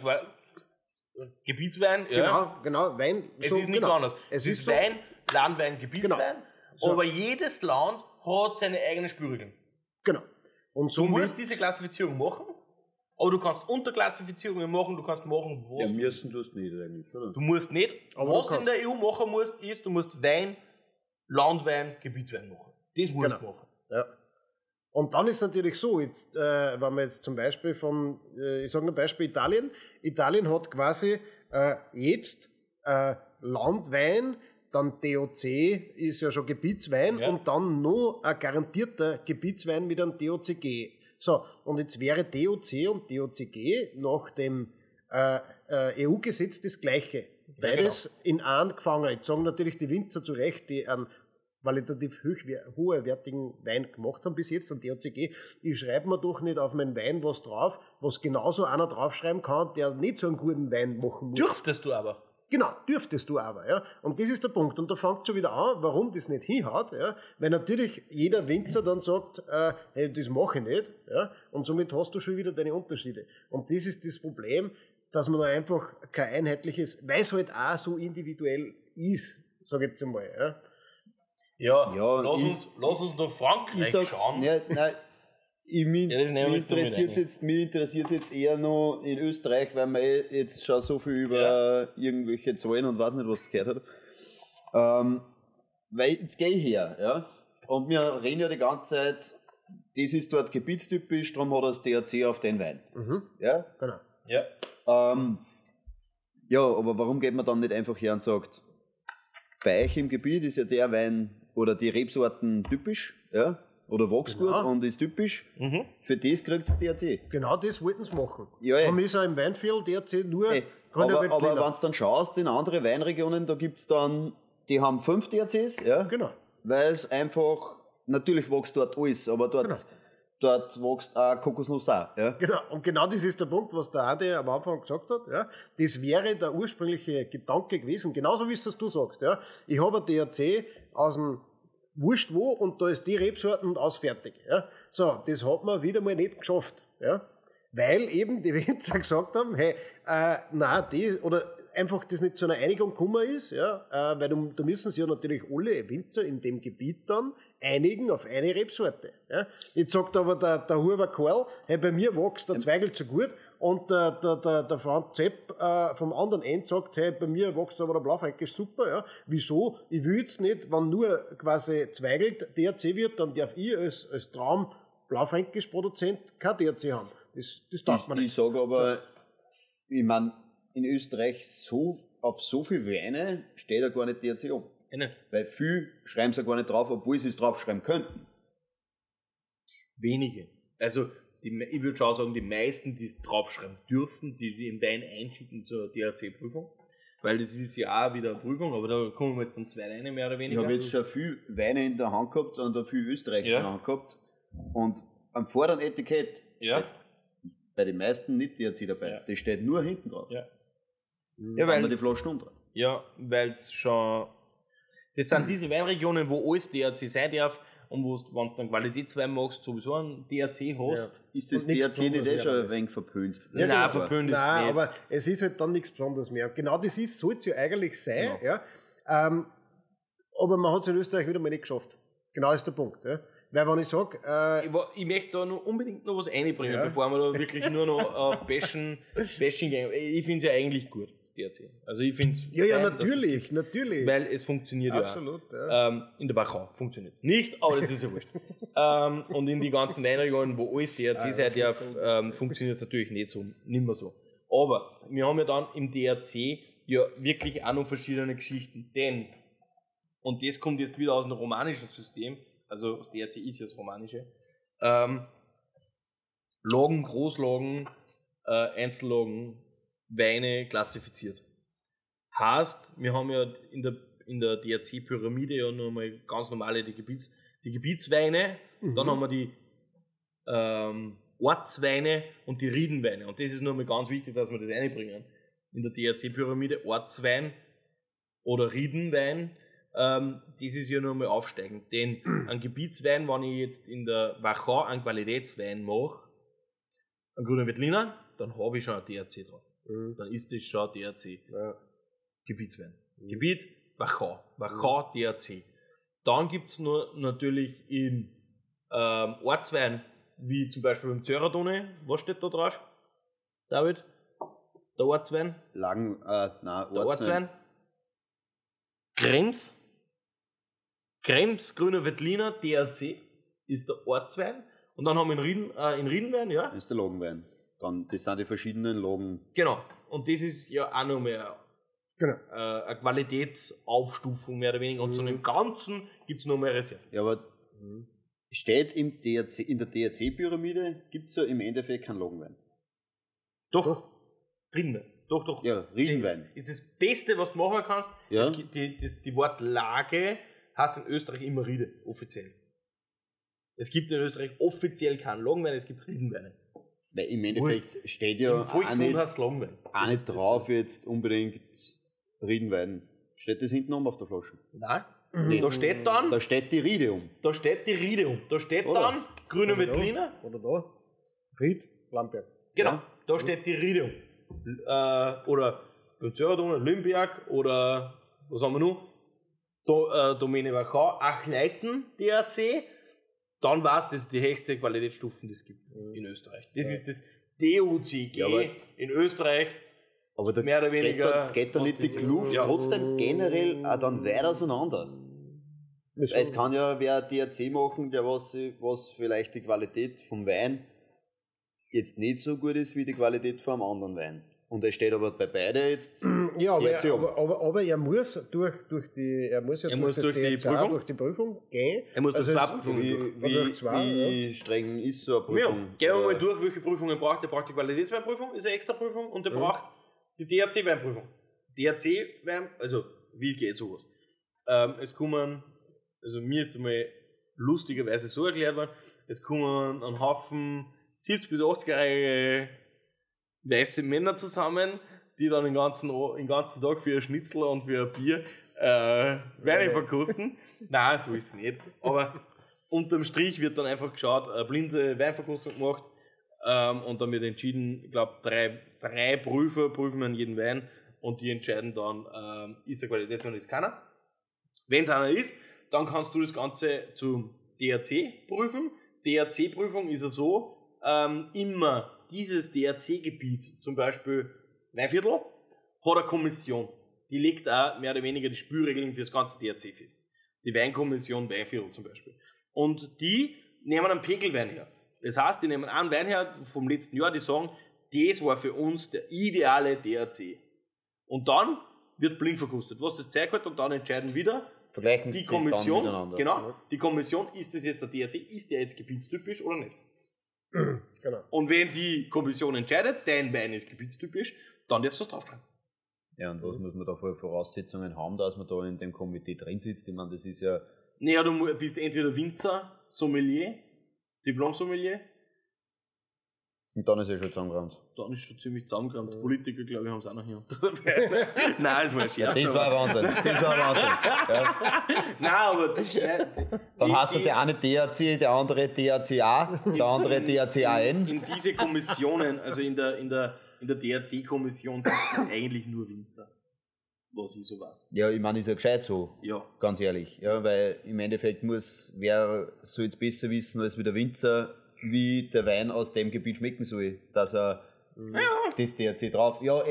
Gebietswein, ja.
Genau, genau, Wein.
Es
so,
ist nichts
genau.
anderes. Es,
Es
ist,
ist so,
Wein, Landwein, Gebietswein,
Genau. So.
aber jedes Land hat seine eigenen Spielregeln.
Genau. Und
Du
so
musst diese Klassifizierung machen, aber du kannst Unterklassifizierungen machen, du kannst machen,
Ja,
was du
müssen du es nicht eigentlich, oder?
Du musst nicht,
Aber
was
du
du in der E U machen musst, ist, du musst Wein, Landwein, Gebietswein machen. Das musst
Genau.
du machen.
Ja. Und dann ist natürlich so, jetzt, äh, wenn wir jetzt zum Beispiel von, äh, ich sage ein Beispiel Italien, Italien hat quasi äh, jetzt äh, Landwein, dann D O C ist ja schon Gebietswein
Ja.
und dann noch ein garantierter Gebietswein mit einem D O C G. So, und jetzt wäre D O C und D O C G nach dem äh, äh, E U-Gesetz das Gleiche. Beides in einen gefangen. Jetzt sagen natürlich die Winzer zu Recht, die einen qualitativ hochwertigen Wein gemacht haben bis jetzt, an D O C G, ich schreibe mir doch nicht auf meinen Wein was drauf, was genauso einer draufschreiben kann, der nicht so einen guten Wein machen muss.
Dürftest du aber.
Genau, dürftest du aber, ja. Und das ist der Punkt. Und da fängt schon wieder an, warum das nicht hinhaut, ja. Weil natürlich jeder Winzer dann sagt, äh, hey, das mache ich nicht, ja. Und somit hast du schon wieder deine Unterschiede. Und das ist das Problem, dass man da einfach kein einheitliches, weil es halt auch so individuell ist, sag ich jetzt einmal, ja.
Ja,
Ja,
lass,
ich-
uns, lass uns nach Frankreich
Ich sag,
schauen.
ja, nein, ich, mich,
Ja, das nehmen wir
mich
jetzt noch mit
interessiert
rein.
jetzt, mich interessiert jetzt eher noch in Österreich, weil man eh jetzt schon so viel über irgendwelche Zahlen und weiß nicht, was es gehört hat. Ähm, weil jetzt gehe ich her, ja, und wir reden ja die ganze Zeit, das ist dort gebietstypisch, darum hat er das D A C auf den Wein.
Mhm,
Ja,
genau.
Ja.
ähm, ja, aber warum geht man dann nicht einfach her und sagt, bei euch im Gebiet ist ja der Wein oder die Rebsorten typisch, ja, oder wächst gut
Genau.
und ist typisch,
Mhm.
für das kriegt es D A C.
Genau das wollten sie machen.
Ja, ey.
Darum ist er im Weinviertel D O C nur
Ey,
grüner
aber aber
Veltliner.
wenn du dann schaust, in andere Weinregionen, da gibt es dann, die haben fünf D A Cs, ja,
Genau.
weil es einfach, natürlich wächst dort alles, aber dort,
Genau.
dort wächst auch Kokosnuss auch, ja.
Genau, und genau das ist der Punkt, was der Ade am Anfang gesagt hat. Ja. Das wäre der ursprüngliche Gedanke gewesen, genauso wie es das du sagst. Ja. Ich habe ein D A C aus dem Wurscht wo und da ist die Rebsorten und aus fertig. Ja. So, das hat man wieder mal nicht geschafft. Ja. Weil eben die Winzer gesagt haben, hey, äh, nein, die, oder einfach das nicht zu einer Einigung gekommen ist, ja, äh, weil da, da müssen sich ja natürlich alle Winzer in dem Gebiet dann einigen auf eine Rebsorte. Ja. Jetzt sagt aber der, der Huber Karl, hey, bei mir wächst der Zweigel zu gut und der, der, der, der Franz Zepp äh, vom anderen Ende sagt, hey, bei mir wächst aber der Blaufränkisch super. Ja. Wieso? Ich will jetzt nicht, wenn nur quasi Zweigel D A C wird, dann darf ich als, als Traum Blaufränkisch Produzent kein D A C haben. Das, das darf man
Ich,
nicht.
ich sage aber, ich meine, in Österreich so, auf so viele Weine steht ja gar nicht D A C um.
Ja, nicht.
Weil viel schreiben sie ja gar nicht drauf, obwohl sie es draufschreiben könnten.
Wenige. Also, die, me- ich würde schon sagen, die meisten, die es draufschreiben dürfen, die den Wein einschicken zur D A C-Prüfung. Weil das ist ja auch wieder eine Prüfung, aber da kommen wir jetzt zum zwei rein, mehr oder
Ich
weniger.
habe jetzt schon viel Weine in der Hand gehabt und auch viel Österreich
Ja.
in der Hand gehabt. Und am vorderen Etikett
Ja.
bei den meisten nicht D A C dabei.
Ja.
Das steht nur hinten drauf.
Ja.
Mhm.
Ja,
Da haben
weil
wir die Flaschen unten.
Ja, weil es schon. Das sind diese Weinregionen, wo alles D A C sein darf und wo du, wenn du dann Qualitätswein machst, sowieso einen D A C hast.
Ja.
Ist das
Und nichts
D A C nicht eh
Besonderes
schon
mehr
ein wenig verpönt?
Nein,
genau.
verpönt ist es
Nein,
nicht.
aber es ist halt dann nichts Besonderes mehr. Genau das ist, soll es ja eigentlich sein, ja. Ähm, aber man hat es in Österreich wieder mal nicht geschafft. Genau ist der Punkt. Ja. Weil wenn ich sage, äh,
Ich, wa- ich möchte da noch unbedingt noch was einbringen,
Ja.
bevor wir da wirklich nur noch auf Bashen, Bashing gehen. Ich finde es ja eigentlich gut, das D A C. Also ich finde es
ja, ja,
fein, dass
natürlich, natürlich.
Es, weil es funktioniert
Absolut,
ja.
ja.
Ähm, in der Wachau funktioniert es nicht, aber das ist ja wurscht. ähm, und in die ganzen Weinregionen, wo alles D A C sein darf, ähm, funktioniert es natürlich nicht so, nicht mehr so. Aber wir haben ja dann im D A C ja wirklich auch noch verschiedene Geschichten, denn, und das kommt jetzt wieder aus dem romanischen System, also das D R C ist ja das Romanische, ähm, Lagen, Großlagen, äh, Einzellagen, Weine klassifiziert. Heißt, wir haben ja in der, in der D R C-Pyramide ja nochmal ganz normale die, Gebiets, die Gebietsweine, mhm. dann haben wir die ähm, Ortsweine und die Riedenweine. Und das ist nochmal ganz wichtig, dass wir das einbringen. In der D R C-Pyramide Ortswein oder Riedenwein, ähm, das ist ja nochmal aufsteigend. Denn ein Gebietswein, wenn ich jetzt in der Wachau einen Qualitätswein mache, einen grünen Veltliner, dann habe ich schon ein D R C drauf. Mhm. Dann ist das schon ein D R C. Ja. Gebietswein. Mhm. Gebiet, Wachau. Wachau, mhm. D R C. Dann gibt es nur natürlich in ähm, Ortswein, wie zum Beispiel beim Zöradone. Was steht da drauf, David? Der Ortswein?
Lagen, äh, nein,
Der Ortswein. Krems. Krems, grüner Veltliner, D R C ist der Ortswein. Und dann haben wir in, Rieden, äh, in Riedenwein, ja.
Das ist der Lagenwein. Dann, das sind die verschiedenen Lagen.
Genau. Und das ist ja auch noch mehr genau. äh, eine Qualitätsaufstufung, mehr oder weniger. Und mhm. so im Ganzen gibt es noch mehr Reserven.
Ja, aber mhm. steht im D R C, in der D R C-Pyramide, gibt es ja im Endeffekt keinen Lagenwein.
Doch. doch. Riedenwein. Doch, doch.
Ja, Riedenwein.
Das ist das Beste, was du machen kannst.
Ja.
Das, die, das, die Wortlage heißt in Österreich immer Riede, offiziell. Es gibt in Österreich offiziell keinen Lagenwein, es gibt Riedenweine.
Weil im Endeffekt Wurscht. steht ja
auch nicht,
auch nicht drauf so. Jetzt unbedingt Riedenwein. Steht das hinten oben auf der Flasche?
Nein. Nee. Da steht dann...
Da steht die Riede um.
Da steht die Riede um. Da steht oder? Dann grüne Veltliner.
Oder da. Ried, Lamberg.
Genau, ja. Da steht die Riede um. Äh, oder Zöradon, Limberg oder was haben wir noch? Do, äh, Domäne Wachau, Achleiten, D R C. Dann war es das die höchste Qualitätsstufen, die es gibt mhm. in Österreich. Das ja. ist das D U C G ja, in Österreich.
Aber da mehr oder weniger. Geht da, geht da nicht die Kluft ja. trotzdem generell auch dann weit auseinander? Es kann ja wer D R C machen, der was, was vielleicht die Qualität vom Wein jetzt nicht so gut ist wie die Qualität von einem anderen Wein. Und er steht aber bei beiden jetzt.
Ja, aber, er, aber, aber, aber er muss durch, durch die er muss ja
er
durch,
muss durch,
die
Prüfung?
durch die Prüfung gehen.
Er muss
also
durch zwei Prüfungen
wie, wie, durch zwei, wie ja. streng ist so eine Prüfung?
Ja, gehen wir mal durch, welche Prüfungen er braucht. Er braucht die Qualitätsweinprüfung, ist eine extra Prüfung, und er mhm. braucht die D R C-Weinprüfung. D R C-Wein, also wie geht sowas? Ähm, es kommen, also mir ist es mal lustigerweise so erklärt worden, es kommen ein Haufen siebzig bis achtziger-jährige weiße Männer zusammen, die dann den ganzen, den ganzen Tag für ein Schnitzel und für ein Bier äh, Weine verkosten. Nein, so ist es nicht. Aber unterm Strich wird dann einfach geschaut, eine blinde Weinverkostung gemacht, ähm, und dann wird entschieden, ich glaube, drei, drei Prüfer prüfen an jeden Wein und die entscheiden dann, ähm, ist er Qualitätswein oder ist keiner. Wenn es einer ist, dann kannst du das Ganze zum D R C prüfen. D R C-Prüfung ist ja so, ähm, immer dieses D R C-Gebiet, zum Beispiel Weinviertel, hat eine Kommission. Die legt auch mehr oder weniger die Spielregeln für das ganze D R C fest. Die Weinkommission Weinviertel zum Beispiel. Und die nehmen einen Pegelwein her. Das heißt, die nehmen einen Wein her vom letzten Jahr, die sagen, das war für uns der ideale D R C. Und dann wird blind verkostet, was das Zeug hat, und dann entscheiden wieder
Vergleichen
die Kommission, genau, die Kommission, ist das jetzt der D R C, ist der jetzt gebietstypisch oder nicht? Genau. Und wenn die Kommission entscheidet, dein Wein ist gebietstypisch, dann darfst du es draufschreiben.
Ja, und was muss man da für Voraussetzungen haben, dass man da in dem Komitee drin sitzt? Ich meine, das ist ja...
Naja, du bist entweder Winzer, Sommelier, Diplom-Sommelier.
Und dann ist er schon zusammengerannt.
Dann ist schon ziemlich zusammengerannt. Ja. Politiker, glaube ich, haben es auch noch hier. Nein, das war ein Scherz.
Das war Wahnsinn. Das war Wahnsinn. Ja.
Nein, aber... Das, nein,
dann hast du der eine D R C, der andere D R C A, der andere D R C A N.
In, in diese Kommissionen, also in der, in der, in der D R C-Kommission sitzen eigentlich nur Winzer. Was ich so weiß.
Ja, ich meine, ist ja gescheit so.
Ja. Ganz
ehrlich. Ja, weil im Endeffekt muss, wer soll jetzt besser wissen als wie der Winzer, wie der Wein aus dem Gebiet schmecken soll, dass er ja. das D R C drauf. Ja, ey,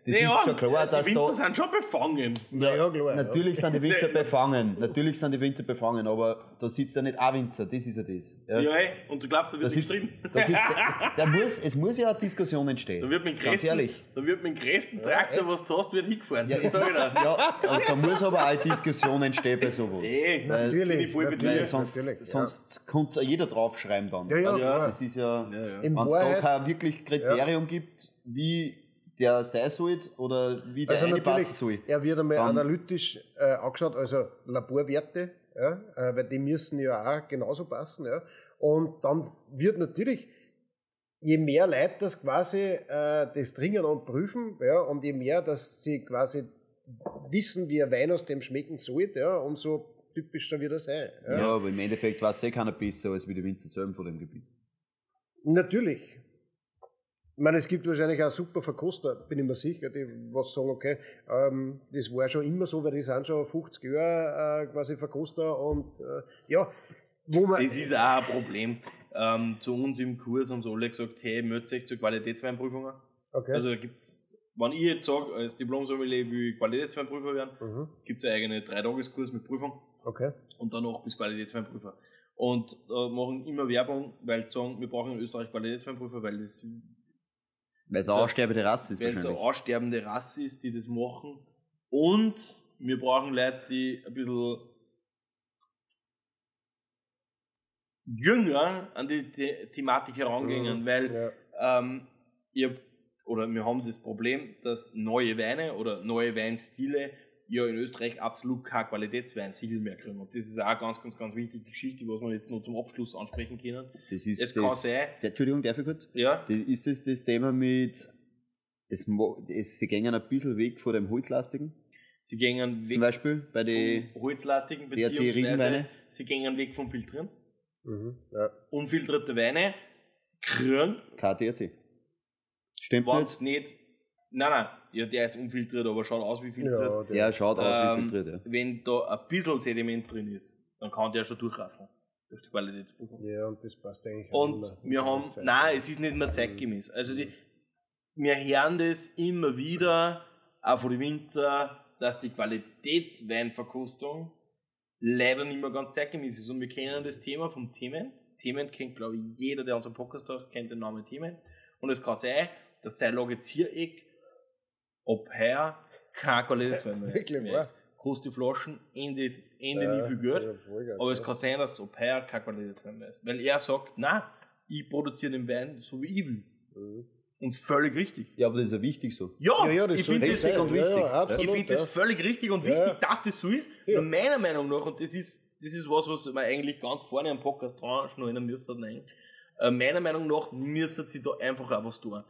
Das
Ja,
ist schon klar, dass
die Winzer
da...
sind schon befangen.
Ja, ja, klar.
Natürlich sind die Winzer befangen, natürlich sind die Winzer befangen, aber da sitzt ja nicht ein Winzer, das ist ja das. Ja,
Ja, ey, und du glaubst, da wird
da
nicht
sitzt,
gestritten?
da sitzt, der muss, es muss ja eine Diskussion entstehen.
Da wird mit dem
ganz
größten,
ehrlich.
da wird mit dem größten Traktor, was du hast, wird hingefahren.
Ja,
das
es,
sag ich dir.
ja, und da muss aber eine Diskussion entstehen bei sowas.
Ey,
Natürlich,
bin ich voll bei dir.
Weil
natürlich.
sonst,
natürlich, ja.
sonst kommt jeder draufschreiben dann.
Ja, ja,
also,
klar.
das ist ja,
Ja, ja.
In
wenn es da
Wahrheit-
kein wirklich Kriterium gibt, wie der sein soll oder wie der
Also
eine
natürlich,
passen soll.
er wird einmal
Dann-
analytisch äh, angeschaut, also Laborwerte, ja, äh, weil die müssen ja auch genauso passen. Ja. Und dann wird natürlich, je mehr Leute das quasi äh, das dringen und prüfen, ja, und je mehr, dass sie quasi wissen, wie ein Wein aus dem schmecken sollte, ja, umso typischer wird er sein. Ja.
Ja, aber im Endeffekt weiß eh keiner besser als wie die Winzer selber von dem Gebiet.
Natürlich. Ich meine, es gibt wahrscheinlich auch super Verkoster, bin ich mir sicher, die was sagen, okay, ähm, das war schon immer so, weil die sind schon fünfzig Jahre äh, quasi Verkoster und äh, ja, wo man...
Das ist auch ein Problem. Ähm, zu uns im Kurs haben sie alle gesagt, hey, meldet euch zur Qualitätsweinprüfung an.
Okay.
Also da gibt's, wenn ich jetzt sage, als Diplom-Sommelier will ich Qualitätsweinprüfer werden,
Mhm.
gibt es einen eigenen Dreitageskurs mit Prüfung
Okay.
und danach bis Qualitätsweinprüfer. Und da machen immer Werbung, weil sie sagen, wir brauchen in Österreich Qualitätsweinprüfer, weil das
Weil es
So-
eine aussterbende Rasse ist
weil es eine
wahrscheinlich.
aussterbende Rasse ist, die das machen. Und wir brauchen Leute, die ein bisschen jünger an die The Thematik herangehen,
Mhm.
weil
Ja.
ähm, ihr, oder wir haben das Problem, dass neue Weine oder neue Weinstile ja in Österreich absolut kein Qualitätsweinsiegel mehr kriegen. Und das ist auch eine ganz, ganz, ganz wichtige Geschichte, was wir jetzt noch zum Abschluss ansprechen können.
Das ist
Es
das,
kann sein-
der, Entschuldigung, darf ich kurz?
Ja,
Das ist das, das Thema mit, es, mo- es, sie gehen ein bisschen weg von dem Holzlastigen.
sie gehen
Zum
weg
Beispiel bei den
vom holzlastigen
D H C
beziehungsweise
Regenweine.
sie gehen weg vom Filtrieren.
Mhm. Ja.
Unfiltrierte Weine kriegen,
K T R C. Stimmt
wenn
nicht?
es nicht, nein, nein, ja, der ist unfiltriert, aber schaut aus wie filtriert.
Ja, der-
Ja, schaut aus wie
Ähm,
filtriert, ja.
Wenn da ein bisschen Sediment drin ist, dann kann der schon durchraufen. Durch die Qualitätsprüfung.
ja, und das passt eigentlich auch
Und
nicht mehr.
wir haben,
Zeit.
nein, es ist nicht mehr zeitgemäß. Also die, wir hören das immer wieder, auch von den Winzer, dass die Qualitätsweinverkostung leider nicht mehr ganz zeitgemäß ist. Und wir kennen das Thema vom Themen. Themen kennt, glaube ich, jeder, der unseren Podcast hat, kennt den Namen Themen. Und es kann sein, dass sein Logiziereck ab heuer kein Qualitätswein mehr,
Wirklich
mehr
wahr?
ist. Kostet die Flaschen Ende, Ende
Ja,
nie viel Geld.
ja, voll geil,
Aber es
ja.
kann sein, dass ab heuer kein Qualitätswein mehr ist. Weil er sagt, nein, ich produziere den Wein so wie ich will.
Mhm.
Und völlig richtig.
Ja, aber das ist ja wichtig so.
Ja,
Ja, ja, das
ich
soll
finde
das
das,
richtig
sein.
und
Ja,
wichtig.
ja, absolut,
ich find das
ja.
völlig richtig und
Ja.
wichtig, dass das so ist.
Ja.
Nur meiner Meinung nach, und das ist, das ist was, was wir eigentlich ganz vorne am Podcast dran schneiden müssen, nein. Äh, meiner Meinung nach müssen sie da einfach auch was tun.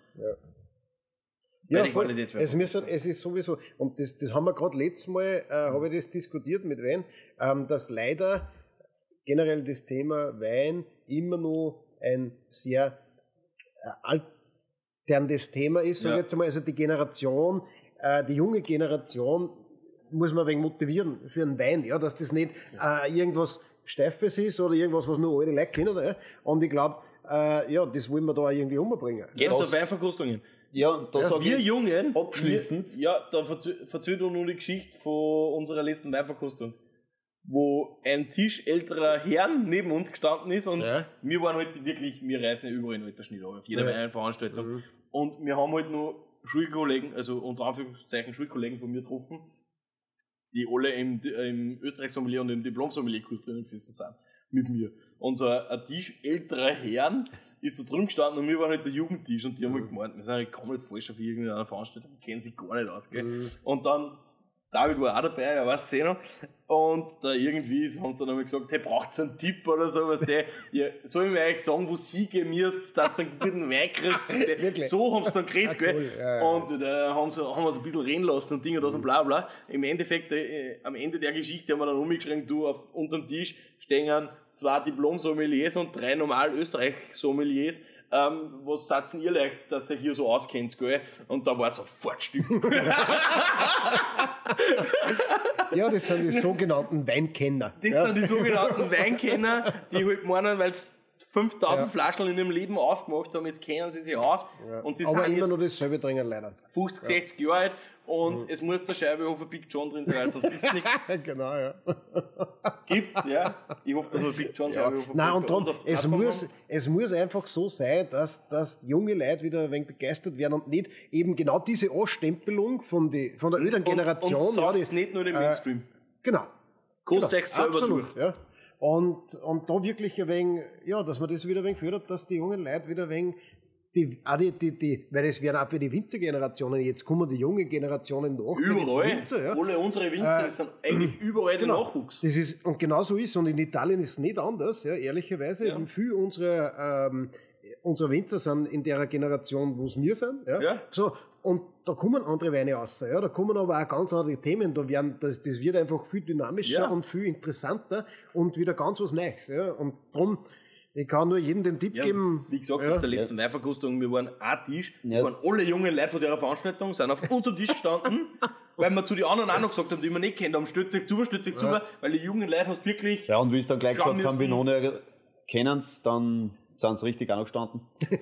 Ja,
Bei den
voll.
Qualitätsweinen.
Es, müssen, es ist sowieso, und das, das haben wir gerade letztes Mal, äh, habe ich das diskutiert mit Wein, ähm, dass leider generell das Thema Wein immer noch ein sehr äh, alterndes Thema ist, sag ich
Ja.
jetzt einmal. Also die Generation, äh, die junge Generation muss man ein wenig motivieren für einen Wein, ja, dass das nicht äh, irgendwas Steifes ist oder irgendwas, was nur alte Leute kennen. Ja. Und ich glaube, äh, ja, das wollen wir da auch irgendwie umbringen.
Geht
Das-
zur Weinverkostungen.
Ja, da sage ich
Wir
jetzt
Jungen,
abschließend,
Wir, ja, da verzählt uns nur die Geschichte von unserer letzten Weinverkostung, wo ein Tisch älterer Herren neben uns gestanden ist und
Ja.
wir waren halt wirklich, wir reisen ja überall in Altersschnitt auf jeder
Ja.
Weinveranstaltung.
Mhm.
Und wir haben halt nur Schulkollegen, also unter Anführungszeichen Schulkollegen von mir getroffen, die alle im, im Österreich-Sommelier und im Diplom-Sommelier-Kurs drin gesessen sind. Mit mir. Und so ein, ein Tisch älterer Herren ist da drin gestanden und wir waren halt der Jugendtisch und die haben halt gemeint, wir sind halt komplett falsch auf irgendeiner Veranstaltung, kennen sich gar nicht aus, gell.
Mhm.
Und dann, David war auch dabei, er weiß eh noch, und da irgendwie haben sie dann einmal gesagt, hey, braucht's einen Tipp oder so, was der, ja, soll ich mir eigentlich sagen, wo sie gehen müsst, dass ihr einen guten Wein kriegt?
Wirklich?
So haben sie dann geredet,
Ah,
gell.
cool. Ja, ja.
Und da haben sie, haben wir so ein bisschen reden lassen und Dinge und das und bla bla. Im Endeffekt, äh, am Ende der Geschichte haben wir dann umgeschrieben, du, auf unserem Tisch stehen zwei Diplom-Sommeliers und drei normal Österreich-Sommeliers. Ähm, was sagt ihr leicht, dass ihr hier so auskennt, gell? Und da war sofort Stimmung.
Ja, das sind die sogenannten Weinkenner.
Das
ja.
sind die sogenannten Weinkenner, die halt meinen, weil sie fünftausend
Ja.
Flaschen in ihrem Leben aufgemacht haben, jetzt kennen sie sich aus.
Ja.
Und sie
Aber
sind
immer
jetzt
nur dasselbe trinken, leider.
fünfzig, sechzig Jahre alt und
Mhm.
es muss der Scheibehofer Big John drin sein, weil sonst ist es nichts.
Genau, ja.
Gibt's, ja. Ich hoffe, dass wir Big John Scheibehofer
Nein,
bei
und darum,
uns auf der
es
Plattform
muss,
haben.
es muss einfach so sein, dass, dass junge Leute wieder ein wenig begeistert werden und nicht eben genau diese Anstempelung von, die, von der öden Generation.
Und, und
ja,
sagt's
die,
nicht nur den Mainstream.
genau.
Kostet
genau,
euch selber
absolut,
durch.
ja. Und, und da wirklich ein wenig, ja, dass man das wieder ein wenig fördert, dass die jungen Leute wieder ein wenig, die, auch die, die, die, weil es werden auch für die Winzergenerationen, jetzt kommen die jungen Generationen nach. für die
Überall.
Winzer, ja.
Alle unsere Winzer
Äh,
sind eigentlich überall der
Genau.
Nachwuchs.
Das ist, und genau so ist und in Italien ist es nicht anders, ja, ehrlicherweise.
Ja.
Viele unserer, ähm, unserer Winzer sind in der Generation, wo es wir sind. Ja.
Ja.
So, und da kommen andere Weine raus. Ja. Da kommen aber auch ganz andere Themen. Da werden, das, das wird einfach viel dynamischer
Ja.
und viel interessanter und wieder ganz was Neues. Ja. Und darum, ich kann nur jedem den Tipp
Ja,
geben.
wie gesagt,
ja,
auf der letzten Weinverkostung, wir waren ein Tisch,
Ja.
es waren alle jungen Leute von der Veranstaltung, sind auf unserem Tisch gestanden, weil wir zu den anderen auch noch gesagt haben, die wir nicht kennen haben, stützt euch zu, stützt euch zu, weil die jungen Leute hast wirklich,
Ja, und wie es dann gleich
Schauen
gesagt haben,
müssen.
Binone kennen es, dann sind sie richtig auch noch gestanden.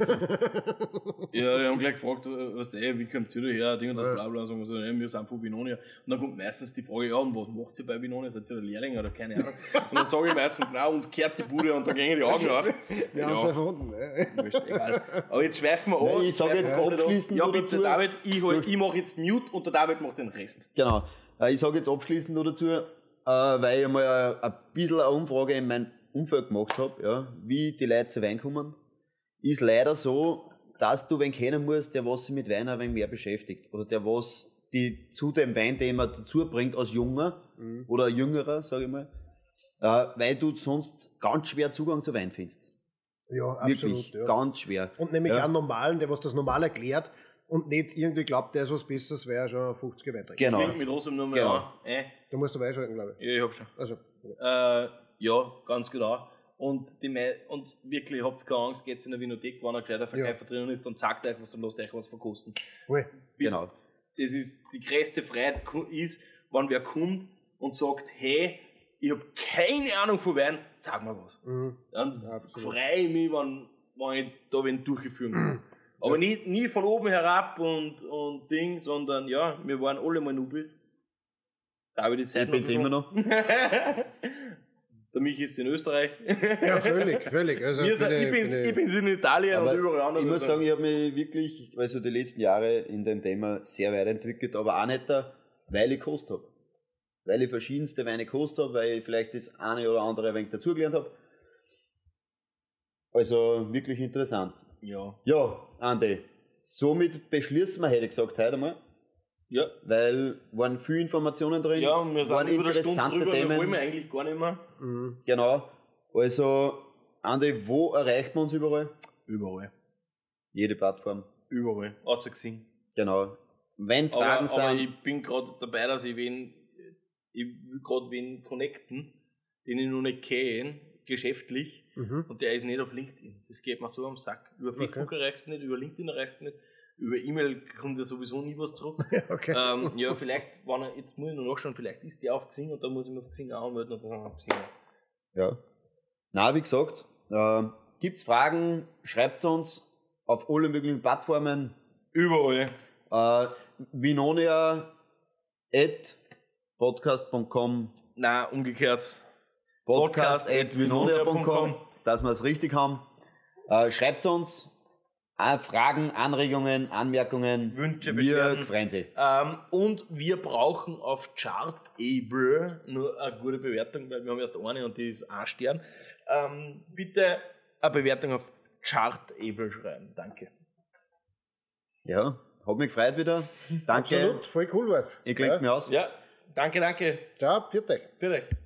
ja, die haben gleich gefragt, was der, wie kommt ihr da her, Ding und das bla bla, und sagen wir so, ja, wir sind von Binonia. Und dann kommt meistens die Frage, ja, und was macht ihr bei Binonia? Seid ihr der Lehrling oder keine Ahnung? Und dann sage ich meistens, na, uns kehrt die Bude und dann gehen die Augen auf.
Wir haben es erfunden. Ja.
Wurscht, egal. Aber jetzt schweifen wir an.
Nein, ich sag
schweifen
jetzt
wir wieder
abschließend
an. Ja,
nur
bitte,
dazu.
David, ich, halt, ich mache jetzt Mute und der David macht den Rest.
Genau. Äh, Ich sage jetzt abschließend noch dazu, äh, weil ich mal ein, ein bisschen eine Umfrage in meinem Umfeld gemacht habe, ja, wie die Leute zu Wein kommen, ist leider so, dass du wen kennen musst, der was sich mit Wein ein wenig mehr beschäftigt. Oder der was die zu dem Weinthema dazu bringt als Junger
Mhm.
oder Jüngerer, sage ich mal. Äh, weil du sonst ganz schwer Zugang zu Wein findest.
Ja, absolut.
Wirklich,
Ja.
ganz schwer.
Und nämlich
Ja.
einen Normalen, der was das normal erklärt und nicht irgendwie glaubt, der ist was Besseres, weil er schon fünfzig weiter.
Genau.
Klingt mit trotzdem nur mal
Genau.
an. Äh,
Du musst dabei schalten, glaube ich.
ja, ich hab schon.
Also,
Äh, ja, ganz genau. Und, die Mei und wirklich, habt keine Angst, geht's in der Winothek, wenn ein gescheiter Verkäufer drinnen ist, dann sagt euch was, dann lasst euch was verkosten.
voll.
Genau.
Das ist die größte Freiheit ku- ist, wenn wer kommt und sagt, hey, ich habe keine Ahnung von Wein, sag mir was.
Mhm.
Dann
Absolut.
freue ich mich, wenn, wenn ich da wen durchgeführt kann. Aber nie, nie von oben herab und, und Ding, sondern ja, wir waren alle mal Nubis. David ist
Ich bin's immer noch.
Der Michi ist in Österreich.
Ja, völlig, völlig. Also,
Wir sind,
bin
ich, bin's,
bin
ich bin's in Italien
Aber
und überall anders.
Ich muss
Also,
sagen, ich habe mich wirklich, also die letzten Jahre in dem Thema sehr weiterentwickelt, aber auch nicht, da, weil ich gekostet habe. Weil ich verschiedenste Weine gekostet habe, weil ich vielleicht das eine oder andere ein wenig dazugelernt habe. Also wirklich interessant.
ja.
Ja, Andi, somit beschließen wir, hätte ich gesagt, heute einmal,
Ja.
weil waren viele Informationen drin,
Ja, wir sind
waren
über eine Stunde
interessante
drüber, wir wollen
Themen.
wir eigentlich gar nicht mehr.
Mhm.
Genau. Also, Andi, wo erreicht man uns überall?
Überall.
Jede Plattform.
Überall. Außer gesehen.
Genau. Wenn Fragen
Aber, aber
sind,
ich bin gerade dabei, dass ich wen, ich will gerade wen connecten, den ich noch nicht kenne, geschäftlich,
Mhm.
und der ist nicht auf LinkedIn. Das geht mir so am Sack. Über Facebook erreichst du nicht, über LinkedIn erreichst du nicht, über E-Mail kommt ja sowieso nie was zurück.
Okay.
ähm, ja, vielleicht, wenn er, jetzt muss ich noch nachschauen, vielleicht ist der auf Xing und dann muss ich mich auf Xing anmelden und dann sagen wir auf Xing.
ja. Na, wie gesagt, äh, gibt's Fragen, schreibt uns auf alle möglichen Plattformen.
Überall.
Äh, Vinonia at podcast punkt com,
Nein, umgekehrt.
podcast at vinonia punkt com, dass wir es richtig haben. Äh, schreibt uns äh, Fragen, Anregungen, Anmerkungen.
Wünsche,
Wir
Beschwerden.
freuen sich.
Ähm, und wir brauchen auf Chartable nur eine gute Bewertung, weil wir haben erst eine und die ist ein Stern. Ähm, bitte eine Bewertung auf Chartable schreiben. Danke.
Ja, hat mich gefreut wieder. Danke.
Absolut, voll cool war's.
Ich klingt
ja.
mir aus.
Ja, danke, danke.
Ciao, viert euch.
Für euch.